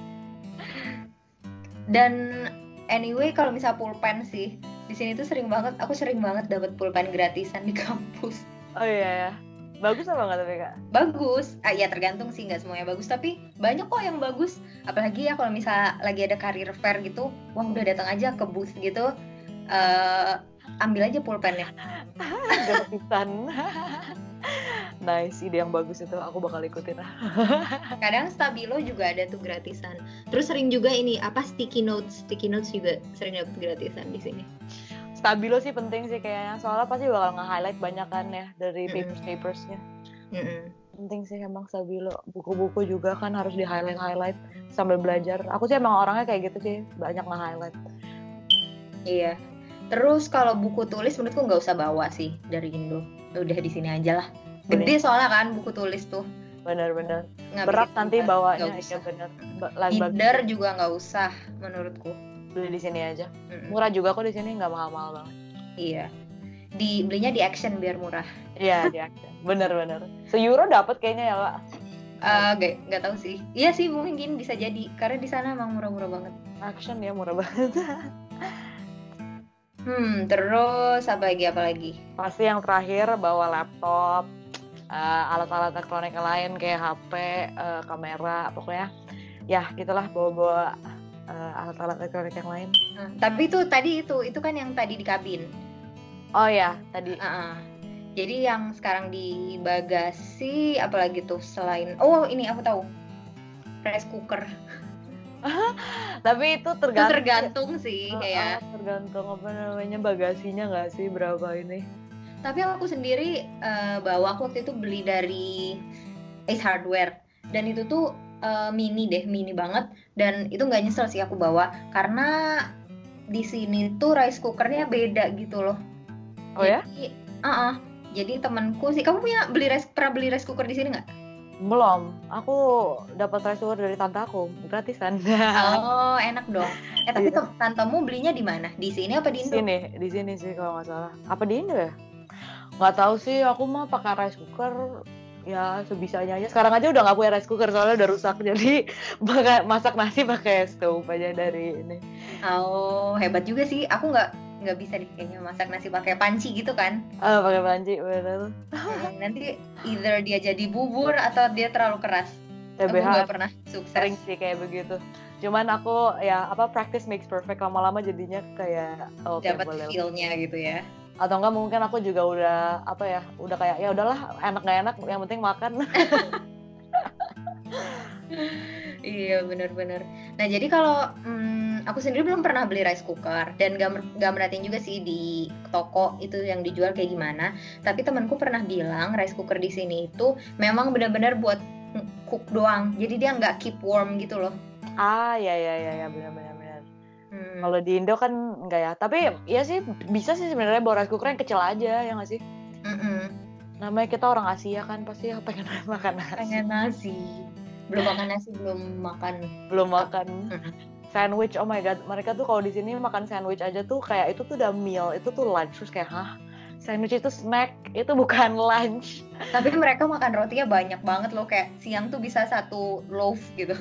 Dan anyway kalau misal pulpen sih di sini tuh aku sering banget dapat pulpen gratisan di kampus.
Oh iya ya. Bagus apa nggak tapi Kak?
Bagus. Ya tergantung sih, nggak semuanya bagus, tapi banyak kok yang bagus. Apalagi ya kalau misalnya lagi ada career fair gitu, wah udah datang aja ke booth gitu, ambil aja pulpennya.
Gratisan. Nice, ide yang bagus itu, aku bakal ikutin.
Kadang Stabilo juga ada tuh gratisan. Terus sering juga ini apa sticky notes juga sering dapet gratisan di sini.
Stabilo sih penting sih kayaknya, soalnya pasti bakal nge-highlight banyak kan ya dari papers-papersnya. Penting sih emang Stabilo. Buku-buku juga kan harus di-highlight sambil belajar. Aku sih emang orangnya kayak gitu sih, banyak nge-highlight.
Iya. Terus kalau buku tulis menurutku nggak usah bawa sih dari Indo. Udah di sini aja lah. Gede soalnya kan buku tulis tuh.
Bener-bener. Berat nanti bawanya, iya bener.
Binder juga nggak usah menurutku.
Beli di sini aja. Murah juga kok di sini, nggak mahal-mahal banget.
Iya. Belinya di Action biar murah.
Iya, di Action. Bener-bener. €1 dapat kayaknya ya, Kak.
Nggak tahu sih. Iya sih mungkin bisa jadi karena di sana emang murah-murah banget.
Action ya murah banget.
Terus apa lagi? Pasti
yang terakhir bawa laptop, alat-alat elektronik lain kayak HP, kamera, pokoknya ya gitulah, bawa alat-alat elektronik yang lain.
Tapi itu kan yang tadi di kabin.
Oh ya, tadi.
Jadi yang sekarang di bagasi apalagi tuh selain ini aku tahu. Rice cooker.
Tapi itu
tergantung sih kayak
tergantung apa namanya bagasinya nggak sih berapa ini.
Tapi aku sendiri bawa, aku waktu itu beli dari Ace Hardware dan itu tuh mini banget, dan itu nggak nyesel sih aku bawa karena di sini tuh rice cookernya beda gitu loh.
Oh
jadi, ya? Jadi temanku sih, kamu pernah beli rice cooker di sini nggak?
Belum, aku dapat rice cooker dari tante aku, gratisan.
Oh, enak dong. Tapi tantemu belinya di mana? Di sini apa di Indo?
Di sini sih kalau nggak salah. Apa di Indo ya? Nggak tahu sih, aku mah pakai rice cooker ya sebisanya aja. Sekarang aja udah nggak punya rice cooker soalnya udah rusak, jadi masak nasi pakai stove aja dari ini.
Oh, hebat juga sih. Aku nggak bisa kayaknya masak nasi pakai panci gitu kan?
Pakai panci, benar.
Nanti either dia jadi bubur atau dia terlalu keras. Aku nggak pernah sukses.
Sering sih kayak begitu. Cuman aku ya practice makes perfect, lama-lama jadinya kayak
dapat feel-nya gitu ya.
Atau enggak mungkin aku juga udah kayak ya udahlah, enak nggak enak yang penting makan.
Iya benar-benar. Nah jadi kalau aku sendiri belum pernah beli rice cooker dan gak merhatiin juga sih di toko itu yang dijual kayak gimana. Tapi temanku pernah bilang rice cooker di sini itu memang benar-benar buat cook doang. Jadi dia nggak keep warm gitu loh.
Ya benar-benar. Kalau di Indo kan enggak ya. Tapi ya sih bisa sih sebenarnya bawa rice cooker yang kecil aja, ya nggak sih? Namanya kita orang Asia kan pasti pengen makan nasi.
Pengen nasi. Belum makan.
Sandwich, oh my god, mereka tuh kalau di sini makan sandwich aja tuh kayak itu tuh udah meal, itu tuh lunch. Terus kayak sandwich itu snack, itu bukan lunch.
Tapi mereka makan rotinya banyak banget loh, kayak siang tuh bisa 1 loaf gitu.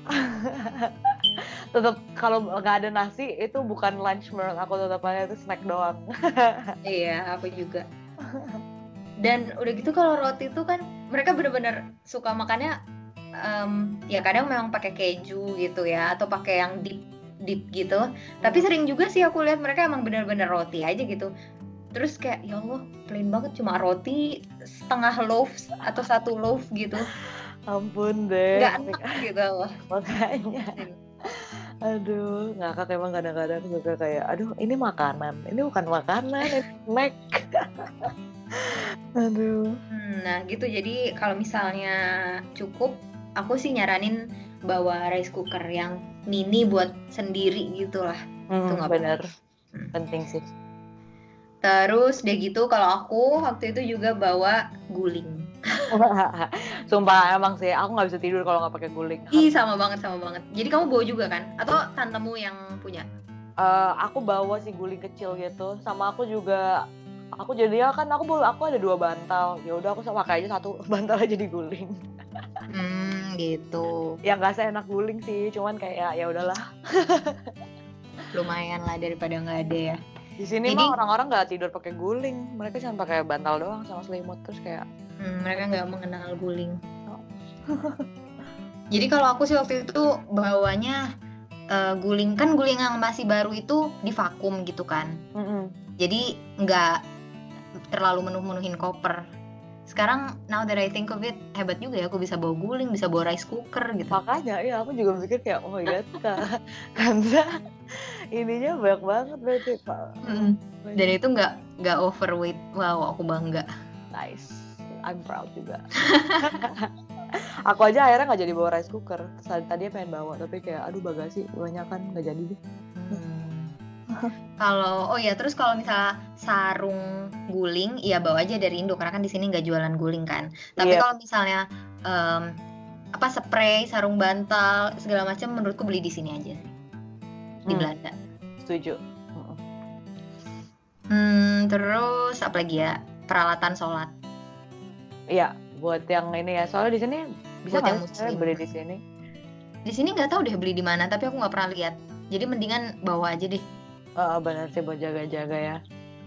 Tetap kalau nggak ada nasi itu bukan lunch menurut aku, tetap aja itu snack doang.
Iya, aku juga. Dan udah gitu kalau roti tuh kan mereka benar-benar suka makannya ya kadang memang pakai keju gitu ya, atau pakai yang dip gitu. Tapi sering juga sih aku lihat mereka emang benar-benar roti aja gitu. Terus kayak ya Allah, plain banget, cuma roti setengah loaf atau 1 loaf gitu.
Ampun deh.
Nggak enak gitu loh.
Makanya. Aduh, ngakak emang kadang-kadang juga kayak, aduh ini makanan, ini bukan makanan, ini snack. Aduh.
Nah gitu, jadi kalau misalnya cukup, aku sih nyaranin bawa rice cooker yang mini buat sendiri gitu lah. Itu nggak
bener. Penting sih.
Terus deh gitu, kalau aku waktu itu juga bawa guling.
Sumpah emang sih, aku nggak bisa tidur kalau nggak pakai guling.
Sama banget. Jadi kamu bawa juga kan? Atau tantemu yang punya?
Aku bawa sih guling kecil gitu. Sama aku juga, aku jadinya kan aku ada 2 bantal. Ya udah aku pakai aja 1 bantal aja di guling.
Gitu.
Ya nggak seenak guling sih, cuman kayak ya udahlah.
Lumayan lah daripada nggak ada ya.
Di sini
Jadi-
mah orang-orang nggak tidur pakai guling, mereka cuma pakai bantal doang sama selimut, terus kayak
mereka nggak mengenal guling. Jadi kalau aku sih waktu itu bawanya guling, kan guling yang masih baru itu divakum gitu kan. Jadi nggak terlalu menuhin koper. Sekarang now that I think of it, hebat juga ya aku bisa bawa guling, bisa bawa rice cooker gitu.
makanya ya aku juga mikir kayak oh my god Kak. Karena ininya banyak banget berarti Pak.
Dan itu nggak overweight. Wow, aku bangga.
Nice, I'm proud juga. Aku aja akhirnya nggak jadi bawa rice cooker. Tadi pengen bawa tapi kayak aduh bagasi kebanyakan, nggak jadi deh.
Terus kalau misalnya sarung guling, ya bawa aja dari Indo karena kan di sini nggak jualan guling kan. Tapi
Iya.
kalau misalnya spray, sarung bantal segala macam, menurutku beli di sini aja sih, di Belanda.
Setuju.
Terus apa lagi ya, peralatan sholat.
Iya, buat yang ini ya. Soalnya di sini bisa
Buat yang
kan
muslim.
saya beli di sini.
Di sini nggak tahu deh beli di mana, tapi aku nggak pernah lihat. Jadi mendingan bawa aja deh.
Benar sih buat jaga-jaga ya.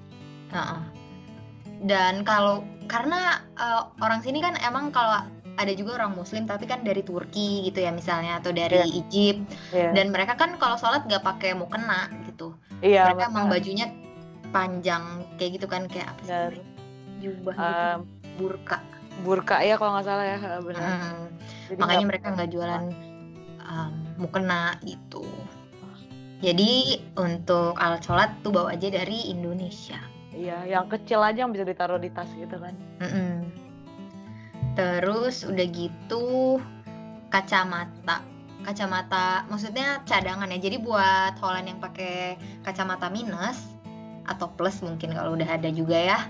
Dan karena orang sini kan emang kalau ada juga orang muslim tapi kan dari Turki gitu ya misalnya, atau dari Egypt. Dan mereka kan kalau sholat nggak pakai mukena gitu.
Iya.
Mereka emang bajunya panjang kayak gitu kan, kayak apa sih? Jubah gitu.
Burka ya kalau nggak salah ya, benar.
Makanya mereka nggak jualan mukena gitu. Jadi untuk alat sholat tuh bawa aja dari Indonesia.
Iya, yang kecil aja yang bisa ditaruh di tas gitu kan.
Terus udah gitu kacamata, maksudnya cadangan ya. Jadi buat Holland yang pakai kacamata minus atau plus mungkin kalau udah ada juga ya.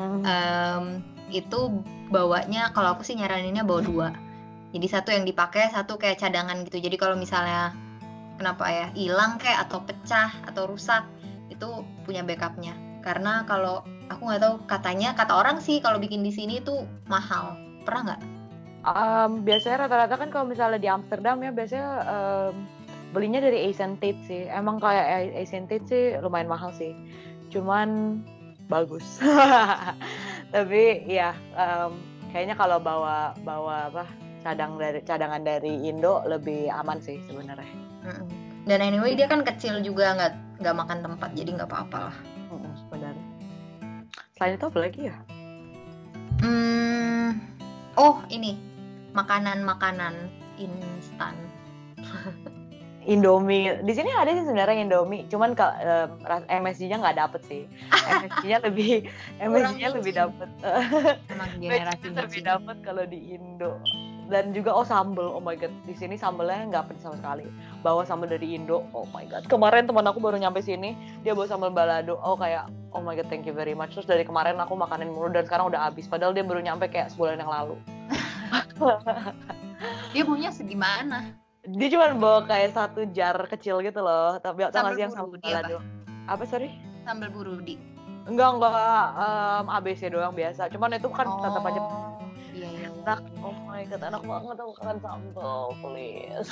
Itu bawanya, kalau aku sih nyaraninnya bawa 2. Jadi satu yang dipakai, satu kayak cadangan gitu. Jadi kalau misalnya kenapa ya hilang kayak atau pecah atau rusak, itu punya backupnya. Karena kalau aku nggak tahu, kata orang sih kalau bikin di sini tuh mahal. Pernah nggak?
Biasanya rata-rata kan kalau misalnya di Amsterdam ya biasanya belinya dari Asian Tate sih. Emang kayak Asian Tate sih lumayan mahal sih. Cuman bagus. Tapi ya kayaknya kalau bawa apa cadangan dari Indo lebih aman sih sebenarnya.
Dan anyway dia kan kecil juga, nggak makan tempat, jadi nggak apa-apa lah.
Benar. Selain itu apa lagi ya?
Ini makanan instan.
Indomie. Di sini ada sih sebenarnya Indomie, cuman MSG-nya nggak dapet sih. MSG-nya lebih dapet.
Emang generasi
lebih dapet kalau di Indo. Dan juga sambel, oh my god, di sini sambelnya nggak pedas sama sekali. Bawa sambel dari Indo, oh my god. Kemarin teman aku baru nyampe sini, dia bawa sambal balado, kayak oh my god, thank you very much. Terus dari kemarin aku makanin mulu dan sekarang udah habis. Padahal dia baru nyampe kayak sebulan yang lalu.
Dia punya segimana?
Dia cuma bawa kayak 1 jar kecil gitu loh, tapi tau gak sih yang sambal balado? Apa sorry?
Sambal burudi.
Enggak ABC doang biasa. Cuman itu kan tetap aja.
Iya.
Enak, oh my god, enak banget aku makan sambal, please.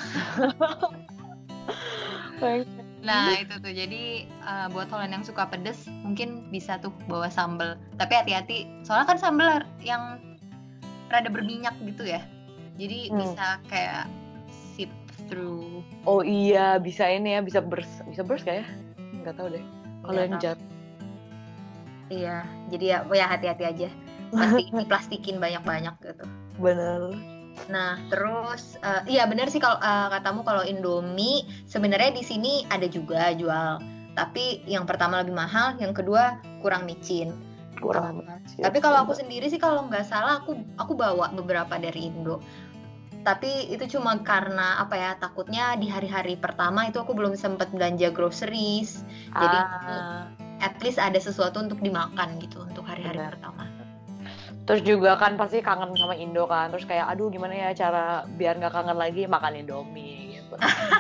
Nah itu tuh, jadi buat Holland yang suka pedes mungkin bisa tuh bawa sambal. Tapi hati-hati, soalnya kan sambal yang rada berminyak gitu ya. Jadi bisa kayak sip through.
Oh iya, bisa ini ya, bisa burst kayak ya? Nggak tahu deh. Kalau yang jar.
Iya, jadi ya hati-hati aja. Pasti diplastikin banyak-banyak gitu.
Bener.
Nah terus iya benar sih kalau katamu kalau Indomie sebenarnya di sini ada juga jual, tapi yang pertama lebih mahal, yang kedua kurang micin. Tapi kalau aku sendiri sih kalau nggak salah aku bawa beberapa dari Indo. Tapi itu cuma karena apa ya, takutnya di hari-hari pertama itu aku belum sempat belanja groceries. Jadi at least ada sesuatu untuk dimakan gitu untuk hari-hari pertama.
Terus juga kan pasti kangen sama Indo kan. Terus kayak aduh gimana ya cara biar nggak kangen lagi makan Indomie gitu.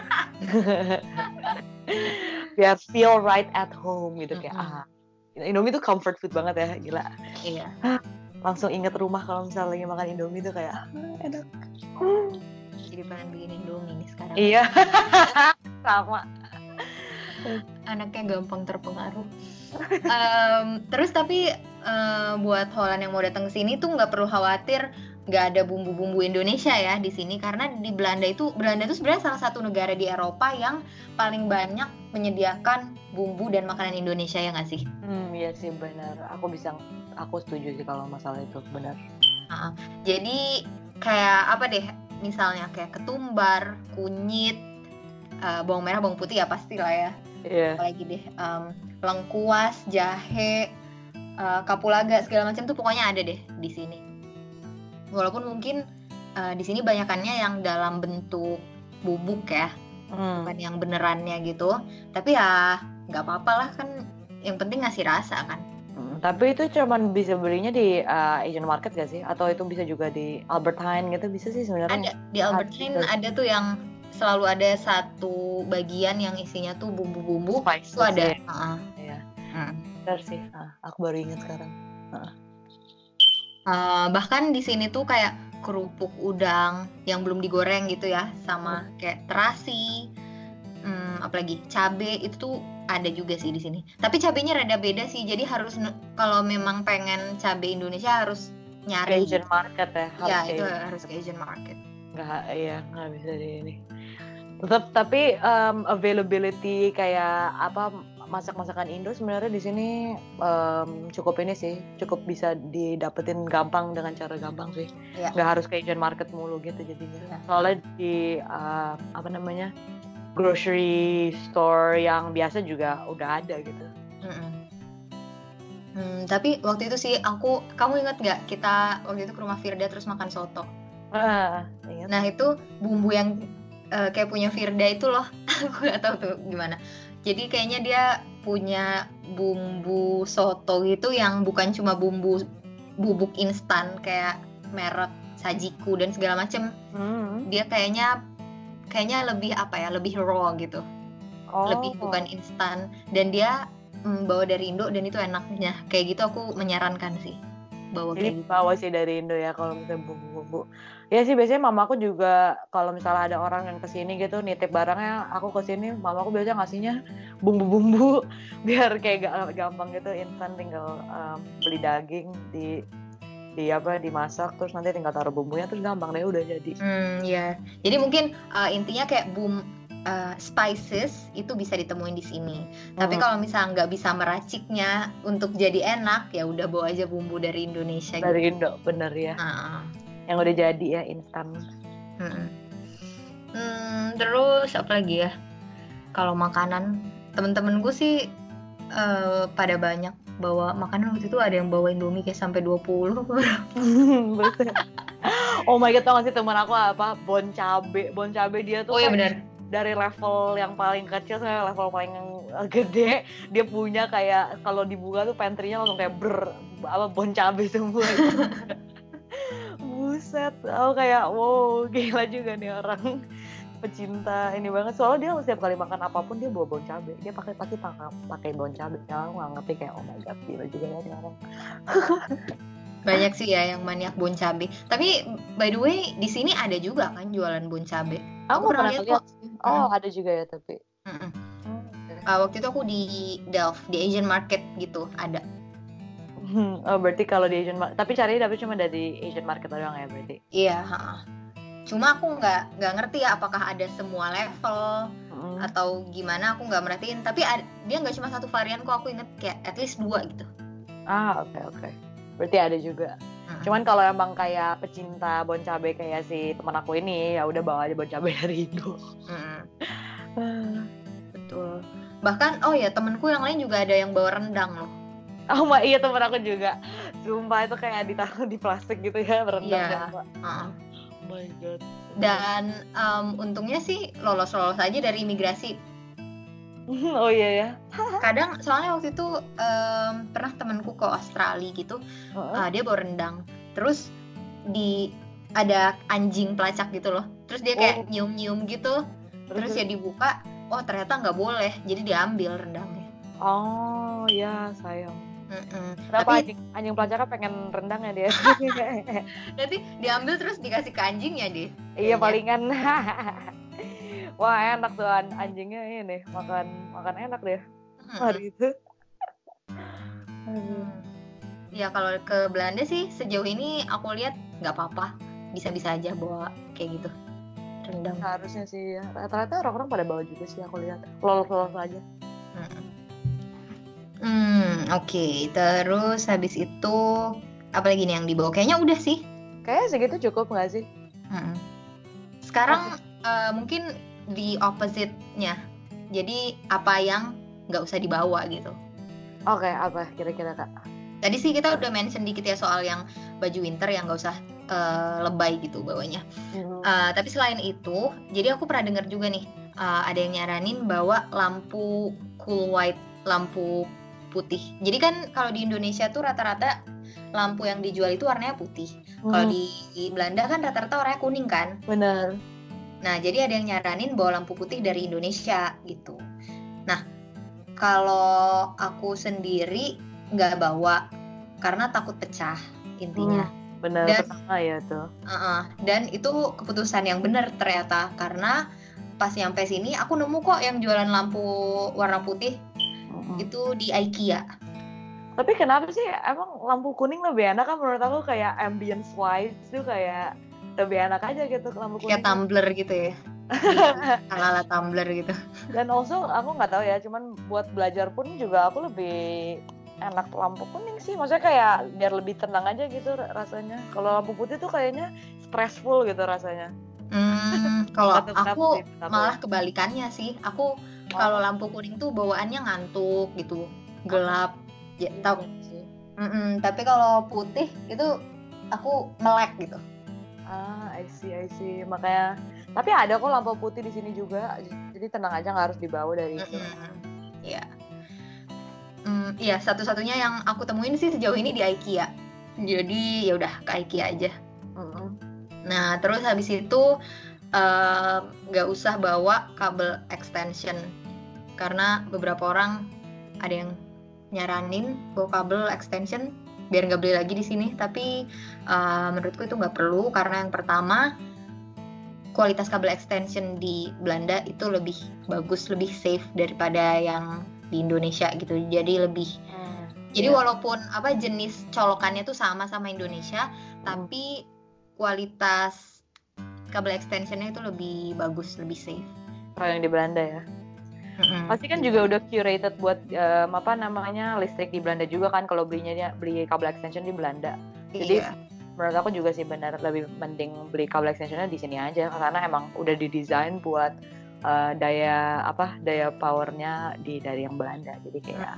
Biar feel right at home gitu kayak Indomie tuh comfort food banget ya, gila.
Iya.
Langsung inget rumah kalau misalnya lagi makan Indomie tuh kayak enak.
Jadi pengen bikin Indomie nih sekarang.
Iya. Sama.
Anaknya gampang terpengaruh. Terus tapi buat Holland yang mau datang ke sini tuh nggak perlu khawatir nggak ada bumbu-bumbu Indonesia ya di sini, karena di Belanda itu sebenarnya salah satu negara di Eropa yang paling banyak menyediakan bumbu dan makanan Indonesia, ya nggak sih?
Iya sih benar. Aku setuju sih kalau masalah itu, benar.
Jadi kayak apa deh, misalnya kayak ketumbar, kunyit, bawang merah, bawang putih ya pastilah ya.
Iya.
Apalagi deh lengkuas, jahe, kapulaga segala macam tuh pokoknya ada deh di sini. Walaupun mungkin di sini banyakannya yang dalam bentuk bubuk ya, bukan yang benerannya gitu. Tapi ya nggak apa-apa lah kan, yang penting ngasih rasa kan.
Tapi itu cuman bisa belinya di Asian market gak sih? Atau itu bisa juga di Albert Heijn gitu? Bisa sih sebenarnya.
Ada di Albert Heijn ada tuh yang selalu ada satu bagian yang isinya tuh bumbu-bumbu. Itu ada.
Iya. Benar sih. Aku baru ingat sekarang.
Bahkan di sini tuh kayak kerupuk udang yang belum digoreng gitu ya, sama kayak terasi, apalagi cabe itu tuh ada juga sih di sini. Tapi cabenya rada beda sih, jadi harus kalau memang pengen cabe Indonesia harus nyari
Asian market ya.
Ya itu harus ke Asian market.
Nggak bisa di ini. Tetap tapi availability kayak apa masak-masakan Indo sebenarnya di sini cukup ini sih, cukup bisa didapetin gampang dengan cara gampang sih. Nggak harus ke Asian market mulu gitu jadinya. Soalnya di grocery store yang biasa juga udah ada gitu.
Tapi waktu itu sih kamu ingat nggak kita waktu itu ke rumah Firda terus makan soto?
Ingat.
Nah itu bumbu yang kayak punya Firda itu loh, aku nggak tahu tuh gimana. Jadi kayaknya dia punya bumbu soto gitu yang bukan cuma bubuk instan kayak merek Sajiku dan segala macem. Dia kayaknya lebih lebih raw gitu. Lebih bukan instan, dan dia bawa dari Indo dan itu enaknya. Kayak gitu aku menyarankan sih.
Bawa sih dari Indo ya kalau misalnya bumbu-bumbu. Ya sih biasanya mamaku juga kalau misalnya ada orang yang kesini gitu nitip barangnya, aku kesini mamaku biasanya ngasihnya bumbu-bumbu biar kayak gampang gitu, instan tinggal beli daging dimasak terus nanti tinggal taruh bumbunya terus gampang deh udah jadi.
Ya. Jadi mungkin intinya kayak spices itu bisa ditemuin di sini. Tapi kalau misalnya nggak bisa meraciknya untuk jadi enak, ya udah bawa aja bumbu dari Indonesia.
Dari Indo, bener ya. Yang udah jadi ya instan.
Terus apa lagi ya? Kalau makanan, temen-temen gue sih pada banyak bawa makanan. Waktu itu ada yang bawa Indomie kayak sampai 20.
Betul. Oh my god, tau gak sih temen aku apa? Bon cabe dia tuh.
Oh iya benar.
Dari level yang paling kecil sampai level paling gede, dia punya kayak kalau dibuka tuh pantry-nya langsung kayak bon cabe semua. Buset, aku kayak wow, gila juga nih orang pecinta ini banget. Soalnya dia setiap kali makan apapun dia bawa bon cabe. Dia pasti pakai bon cabe. Ya, aku nggak ngerti kayak oh my god, gila juga ya nih orang.
Banyak sih ya yang maniak bon cabe. Tapi by the way di sini ada juga kan jualan bon cabe.
Aku pernah lihat. Oh ada juga ya tapi.
Waktu itu aku di Delft di Asian Market gitu ada.
Oh berarti kalau di Asian Market, tapi cari dapet cuma dari Asian Market doang ya berarti?
Iya. Cuma aku nggak ngerti ya apakah ada semua level atau gimana, aku nggak merhatiin. Tapi dia nggak cuma satu varian kok, aku inget kayak at least 2 gitu.
Oke. Berarti ada juga. Cuman kalau emang kayak pecinta bon cabe kayak si teman aku ini, ya udah bawa aja bon cabe dari Indo.
Betul. Bahkan temanku yang lain juga ada yang bawa rendang loh.
Oh iya temen aku juga. Sumpah itu kayak ditaruh di plastik gitu ya rendang.
Oh
my god.
Dan untungnya sih lolos aja dari imigrasi.
Oh iya ya.
Kadang soalnya waktu itu pernah temanku ke Australia gitu, dia bawa rendang. Terus ada anjing pelacak gitu loh. Terus dia kayak nyium gitu. Terus ya dibuka, ternyata nggak boleh. Jadi diambil rendangnya.
Oh ya sayang. Kenapa anjing pelacaknya pengen rendang ya dia?
Nanti diambil terus dikasih ke anjingnya dia.
Iya palingan. Wah enak tuh anjingnya ini makan enak deh hari itu.
Ya kalau ke Belanda sih sejauh ini aku lihat nggak apa-apa, bisa-bisa aja bawa kayak gitu rendang.
Harusnya sih ya. Rata-rata orang-orang pada bawa juga sih aku lihat. Lolos aja.
Oke. Terus habis itu apa lagi nih yang dibawa? Kayaknya udah sih.
Kayaknya segitu cukup nggak sih?
Sekarang mungkin di opposite-nya. Jadi apa yang nggak usah dibawa gitu.
Oke, apa kira-kira Kak?
Tadi sih kita udah mention dikit ya soal yang baju winter yang nggak usah lebay gitu bawanya. Tapi selain itu, jadi aku pernah dengar juga nih ada yang nyaranin bawa lampu cool white, lampu putih. Jadi kan kalau di Indonesia tuh rata-rata lampu yang dijual itu warnanya putih. Kalau di Belanda kan rata-rata warnanya kuning kan?
Benar.
Nah, jadi ada yang nyaranin bawa lampu putih dari Indonesia gitu. Nah, kalau aku sendiri nggak bawa karena takut pecah intinya.
Benar, pertama ya tuh.
Dan itu keputusan yang benar ternyata karena pas nyampe sini aku nemu kok yang jualan lampu warna putih itu di IKEA.
Tapi kenapa sih emang lampu kuning lebih enak kan menurut aku, kayak ambience wise tuh kayak lebih enak aja gitu lampu kuning.
Kayak tumbler gitu ya. Ala-ala tumbler gitu.
Dan also aku nggak tahu ya, cuman buat belajar pun juga aku lebih enak lampu kuning sih. Maksudnya kayak biar lebih tenang aja gitu rasanya. Kalau lampu putih tuh kayaknya stressful gitu rasanya.
Kalau aku malah kebalikannya sih. Aku kalau lampu kuning tuh bawaannya ngantuk gitu, gelap. Ya, tahu sih. Tapi kalau putih itu aku melek gitu.
I see. Makanya, tapi ada kok lampu putih di sini juga. Jadi tenang aja, nggak harus dibawa dari itu.
Iya. Iya, satu-satunya yang aku temuin sih sejauh ini di IKEA. Jadi ya udah ke IKEA aja. Nah, terus habis itu nggak usah bawa kabel extension karena beberapa orang ada yang nyaranin bawa kabel extension biar nggak beli lagi di sini. Tapi menurutku itu nggak perlu karena yang pertama kualitas kabel extension di Belanda itu lebih bagus, lebih safe daripada yang di Indonesia gitu. Jadi lebih jadi walaupun jenis colokannya tuh sama Indonesia, tapi kualitas kabel extensionnya itu lebih bagus, lebih safe.
Kalau yang di Belanda ya. Pasti kan juga udah curated buat listrik di Belanda juga kan kalau beli kabel extension di Belanda. Jadi menurut aku juga sih benar lebih penting beli kabel extensionnya di sini aja karena emang udah didesain buat daya powernya dari yang Belanda. Jadi kayak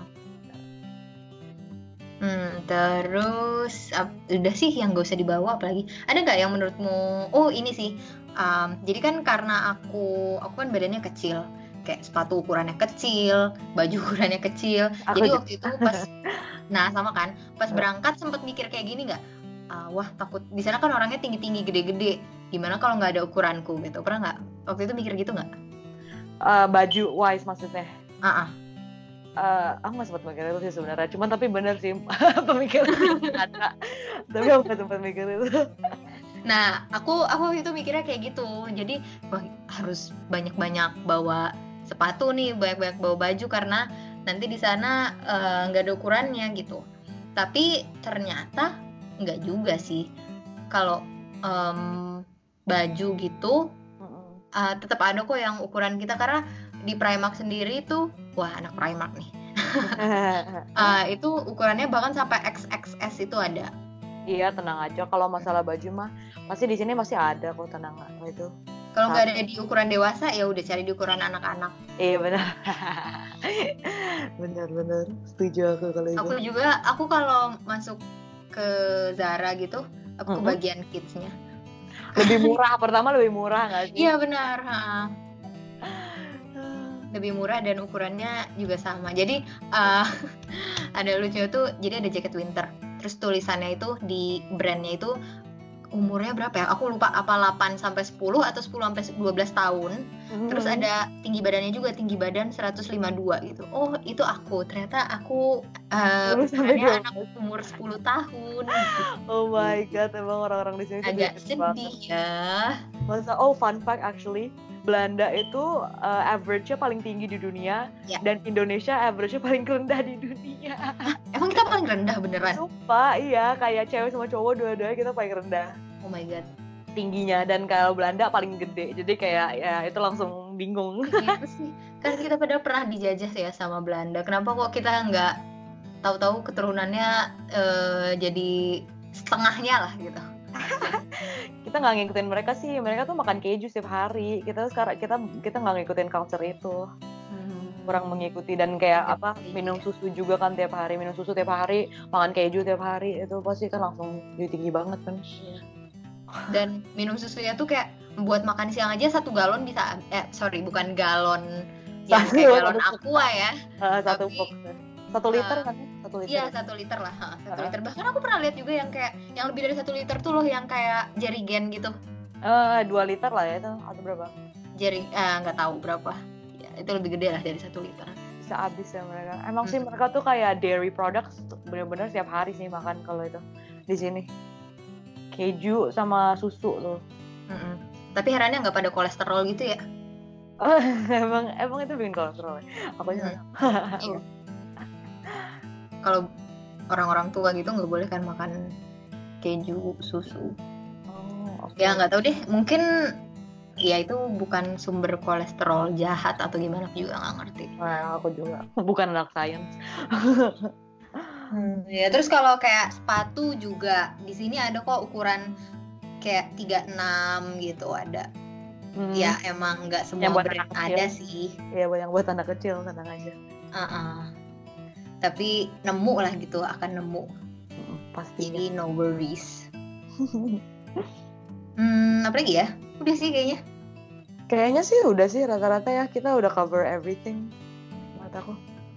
terus udah sih yang gak usah dibawa. Apalagi ada nggak yang menurutmu? Oh ini sih jadi kan karena aku kan badannya kecil, kayak sepatu ukurannya kecil, baju ukurannya kecil. Jadi waktu itu pas sama kan pas berangkat sempet mikir kayak gini nggak, wah takut di sana kan orangnya tinggi-tinggi gede-gede, gimana kalau nggak ada ukuranku gitu. Pernah nggak waktu itu mikir gitu nggak?
Baju wise maksudnya? Aku nggak sempat mikir itu sih sebenarnya, cuman tapi bener sih pemikiran ada, tapi aku nggak sempat mikir itu.
Nah aku itu mikirnya kayak gitu, jadi harus banyak-banyak bawa sepatu nih, banyak-banyak bawa baju karena nanti di sana nggak ada ukurannya gitu. Tapi ternyata nggak juga sih. Kalau baju gitu tetap ada kok yang ukuran kita, karena di Primark sendiri tuh, wah anak Primark nih, itu ukurannya bahkan sampai XXS itu ada.
Iya, tenang aja. Kalau masalah baju mah pasti di sini masih ada kok, tenang itu.
Kalau nggak ada di ukuran dewasa ya udah cari di ukuran anak-anak.
Iya benar. benar. Setuju aku kalau itu.
Aku kalau masuk ke Zara gitu, aku ke bagian kidsnya.
Lebih murah, pertama lebih murah nggak sih?
Iya benar. Lebih murah dan ukurannya juga sama. Jadi ada lucu tuh, jadi ada jaket winter. Terus tulisannya itu di brandnya itu umurnya berapa ya? Aku lupa, apa 8 sampai 10 atau 10 sampai 12 tahun. Terus ada tinggi badannya juga, tinggi badan 152 gitu. Oh, itu aku. Ternyata aku anak umur 10 tahun. Gitu.
Oh my god, emang orang-orang di sini
agak sedih banget ya.
Masa fun fact actually, Belanda itu average-nya paling tinggi di dunia, dan Indonesia average-nya paling rendah di dunia.
Emang kita paling rendah beneran?
Sumpah, iya, kayak cewek sama cowok dua-duanya kita paling rendah.
Oh my god.
Tingginya, dan kalau Belanda paling gede, jadi kayak ya itu langsung bingung.
Iya sih, karena kita padahal pernah dijajah ya sama Belanda. Kenapa kok kita nggak tahu-tahu keturunannya jadi setengahnya lah gitu?
Kita nggak ngikutin mereka sih, mereka tuh makan keju setiap hari. Kita nggak ngikutin culture itu, kurang mengikuti. Dan kayak minum susu juga kan tiap hari, minum susu tiap hari, makan keju tiap hari, itu pasti kan langsung jadi tinggi banget kan.
Dan minum susunya tuh kayak buat makan siang aja 1 galon bisa, bukan galon yang kayak galon aqua ya,
1 liter kan? 1 liter.
Iya, 1 liter lah, 1 liter. Bahkan aku pernah lihat juga yang kayak yang lebih dari 1 liter tuh loh, yang kayak jerigen gitu.
2 liter lah ya itu, atau berapa?
Nggak tahu berapa. Ya, itu lebih gede lah dari 1 liter.
Bisa habis ya mereka. Emang sih mereka tuh kayak dairy products bener-bener setiap hari sih makan kalau itu di sini. Keju sama susu tuh.
Tapi herannya nggak pada kolesterol gitu ya?
emang itu bikin kolesterol. Aku aja.
Kalau orang-orang tua gitu nggak boleh kan makan keju, susu. Okay. Ya nggak tahu deh, mungkin ya itu bukan sumber kolesterol jahat atau gimana, aku juga nggak ngerti.
Aku juga bukan anak sains.
Ya terus kalau kayak sepatu juga di sini ada kok ukuran kayak 36 gitu ada. Ya emang nggak semua brand ada sih.
Iya, banyak buat anak kecil, tenang aja.
Tapi nemu lah gitu, akan nemu.
Pasti.
Jadi no worries. Apa lagi ya? Udah sih kayaknya.
Kayaknya sih udah sih, rata-rata ya kita udah cover everything. Menurut aku.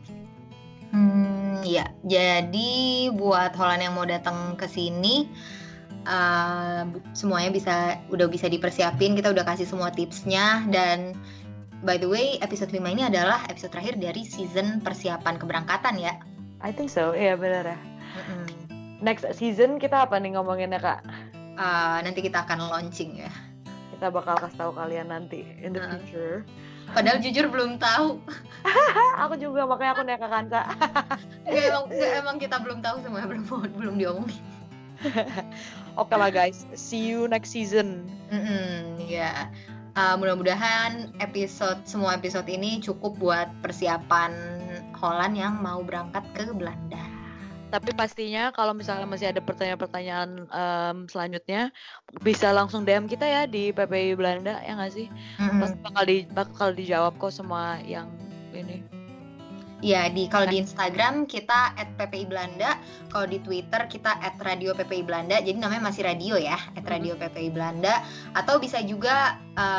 Ya, jadi buat Holland yang mau datang ke sini, semuanya udah bisa dipersiapin. Kita udah kasih semua tipsnya. Dan by the way, episode 5 ini adalah episode terakhir dari season persiapan keberangkatan ya.
I think so, iya benar ya. Next season kita apa nih ngomonginnya Kak?
Nanti kita akan launching ya.
Kita bakal kasih tahu kalian nanti in the future.
Padahal jujur belum tahu.
Aku juga, makanya aku nanya ke Kansa.
Emang kita belum tahu semua, belum diomongin.
Oke lah guys, see you next season.
Ya, mudah-mudahan semua episode ini cukup buat persiapan Holland yang mau berangkat ke Belanda.
Tapi pastinya kalau misalnya masih ada pertanyaan-pertanyaan selanjutnya, bisa langsung DM kita ya di PPI Belanda, ya nggak sih? Pasti bakal dijawab kok semua yang ini.
Ya, kalau di Instagram kita @PPI Belanda, kalau di Twitter kita @Radio PPI Belanda. Jadi namanya masih radio ya, @Radio PPI Belanda. Atau bisa juga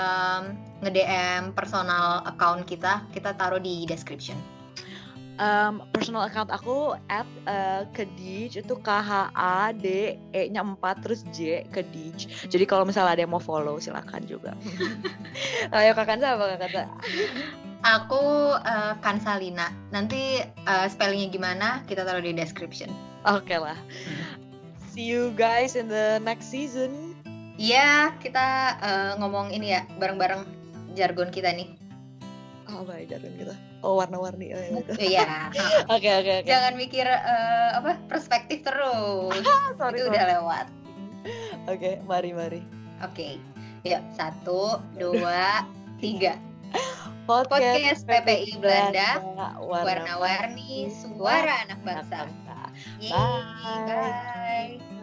nge-DM personal account kita taruh di description.
Personal account aku @kedij, itu KHADE-nya 4 terus J, Kedij. Jadi kalau misalnya ada yang mau follow silakan juga. Ayo Kak Kansa, apa Kak Kansa?
Aku Kansalina. Nanti spellingnya gimana kita taruh di description.
Oke lah. See you guys in the next season.
Iya, kita ngomong ini ya bareng-bareng jargon kita nih.
Apa ya jargon kita? Oh, warna-warni.
Iya.
Oke.
Jangan mikir perspektif terus. Itu udah lewat.
Oke, mari.
Oke. Yuk, 1, 2, 3.
Podcast
PPI Belanda, warna-warni suara anak bangsa.
Bye.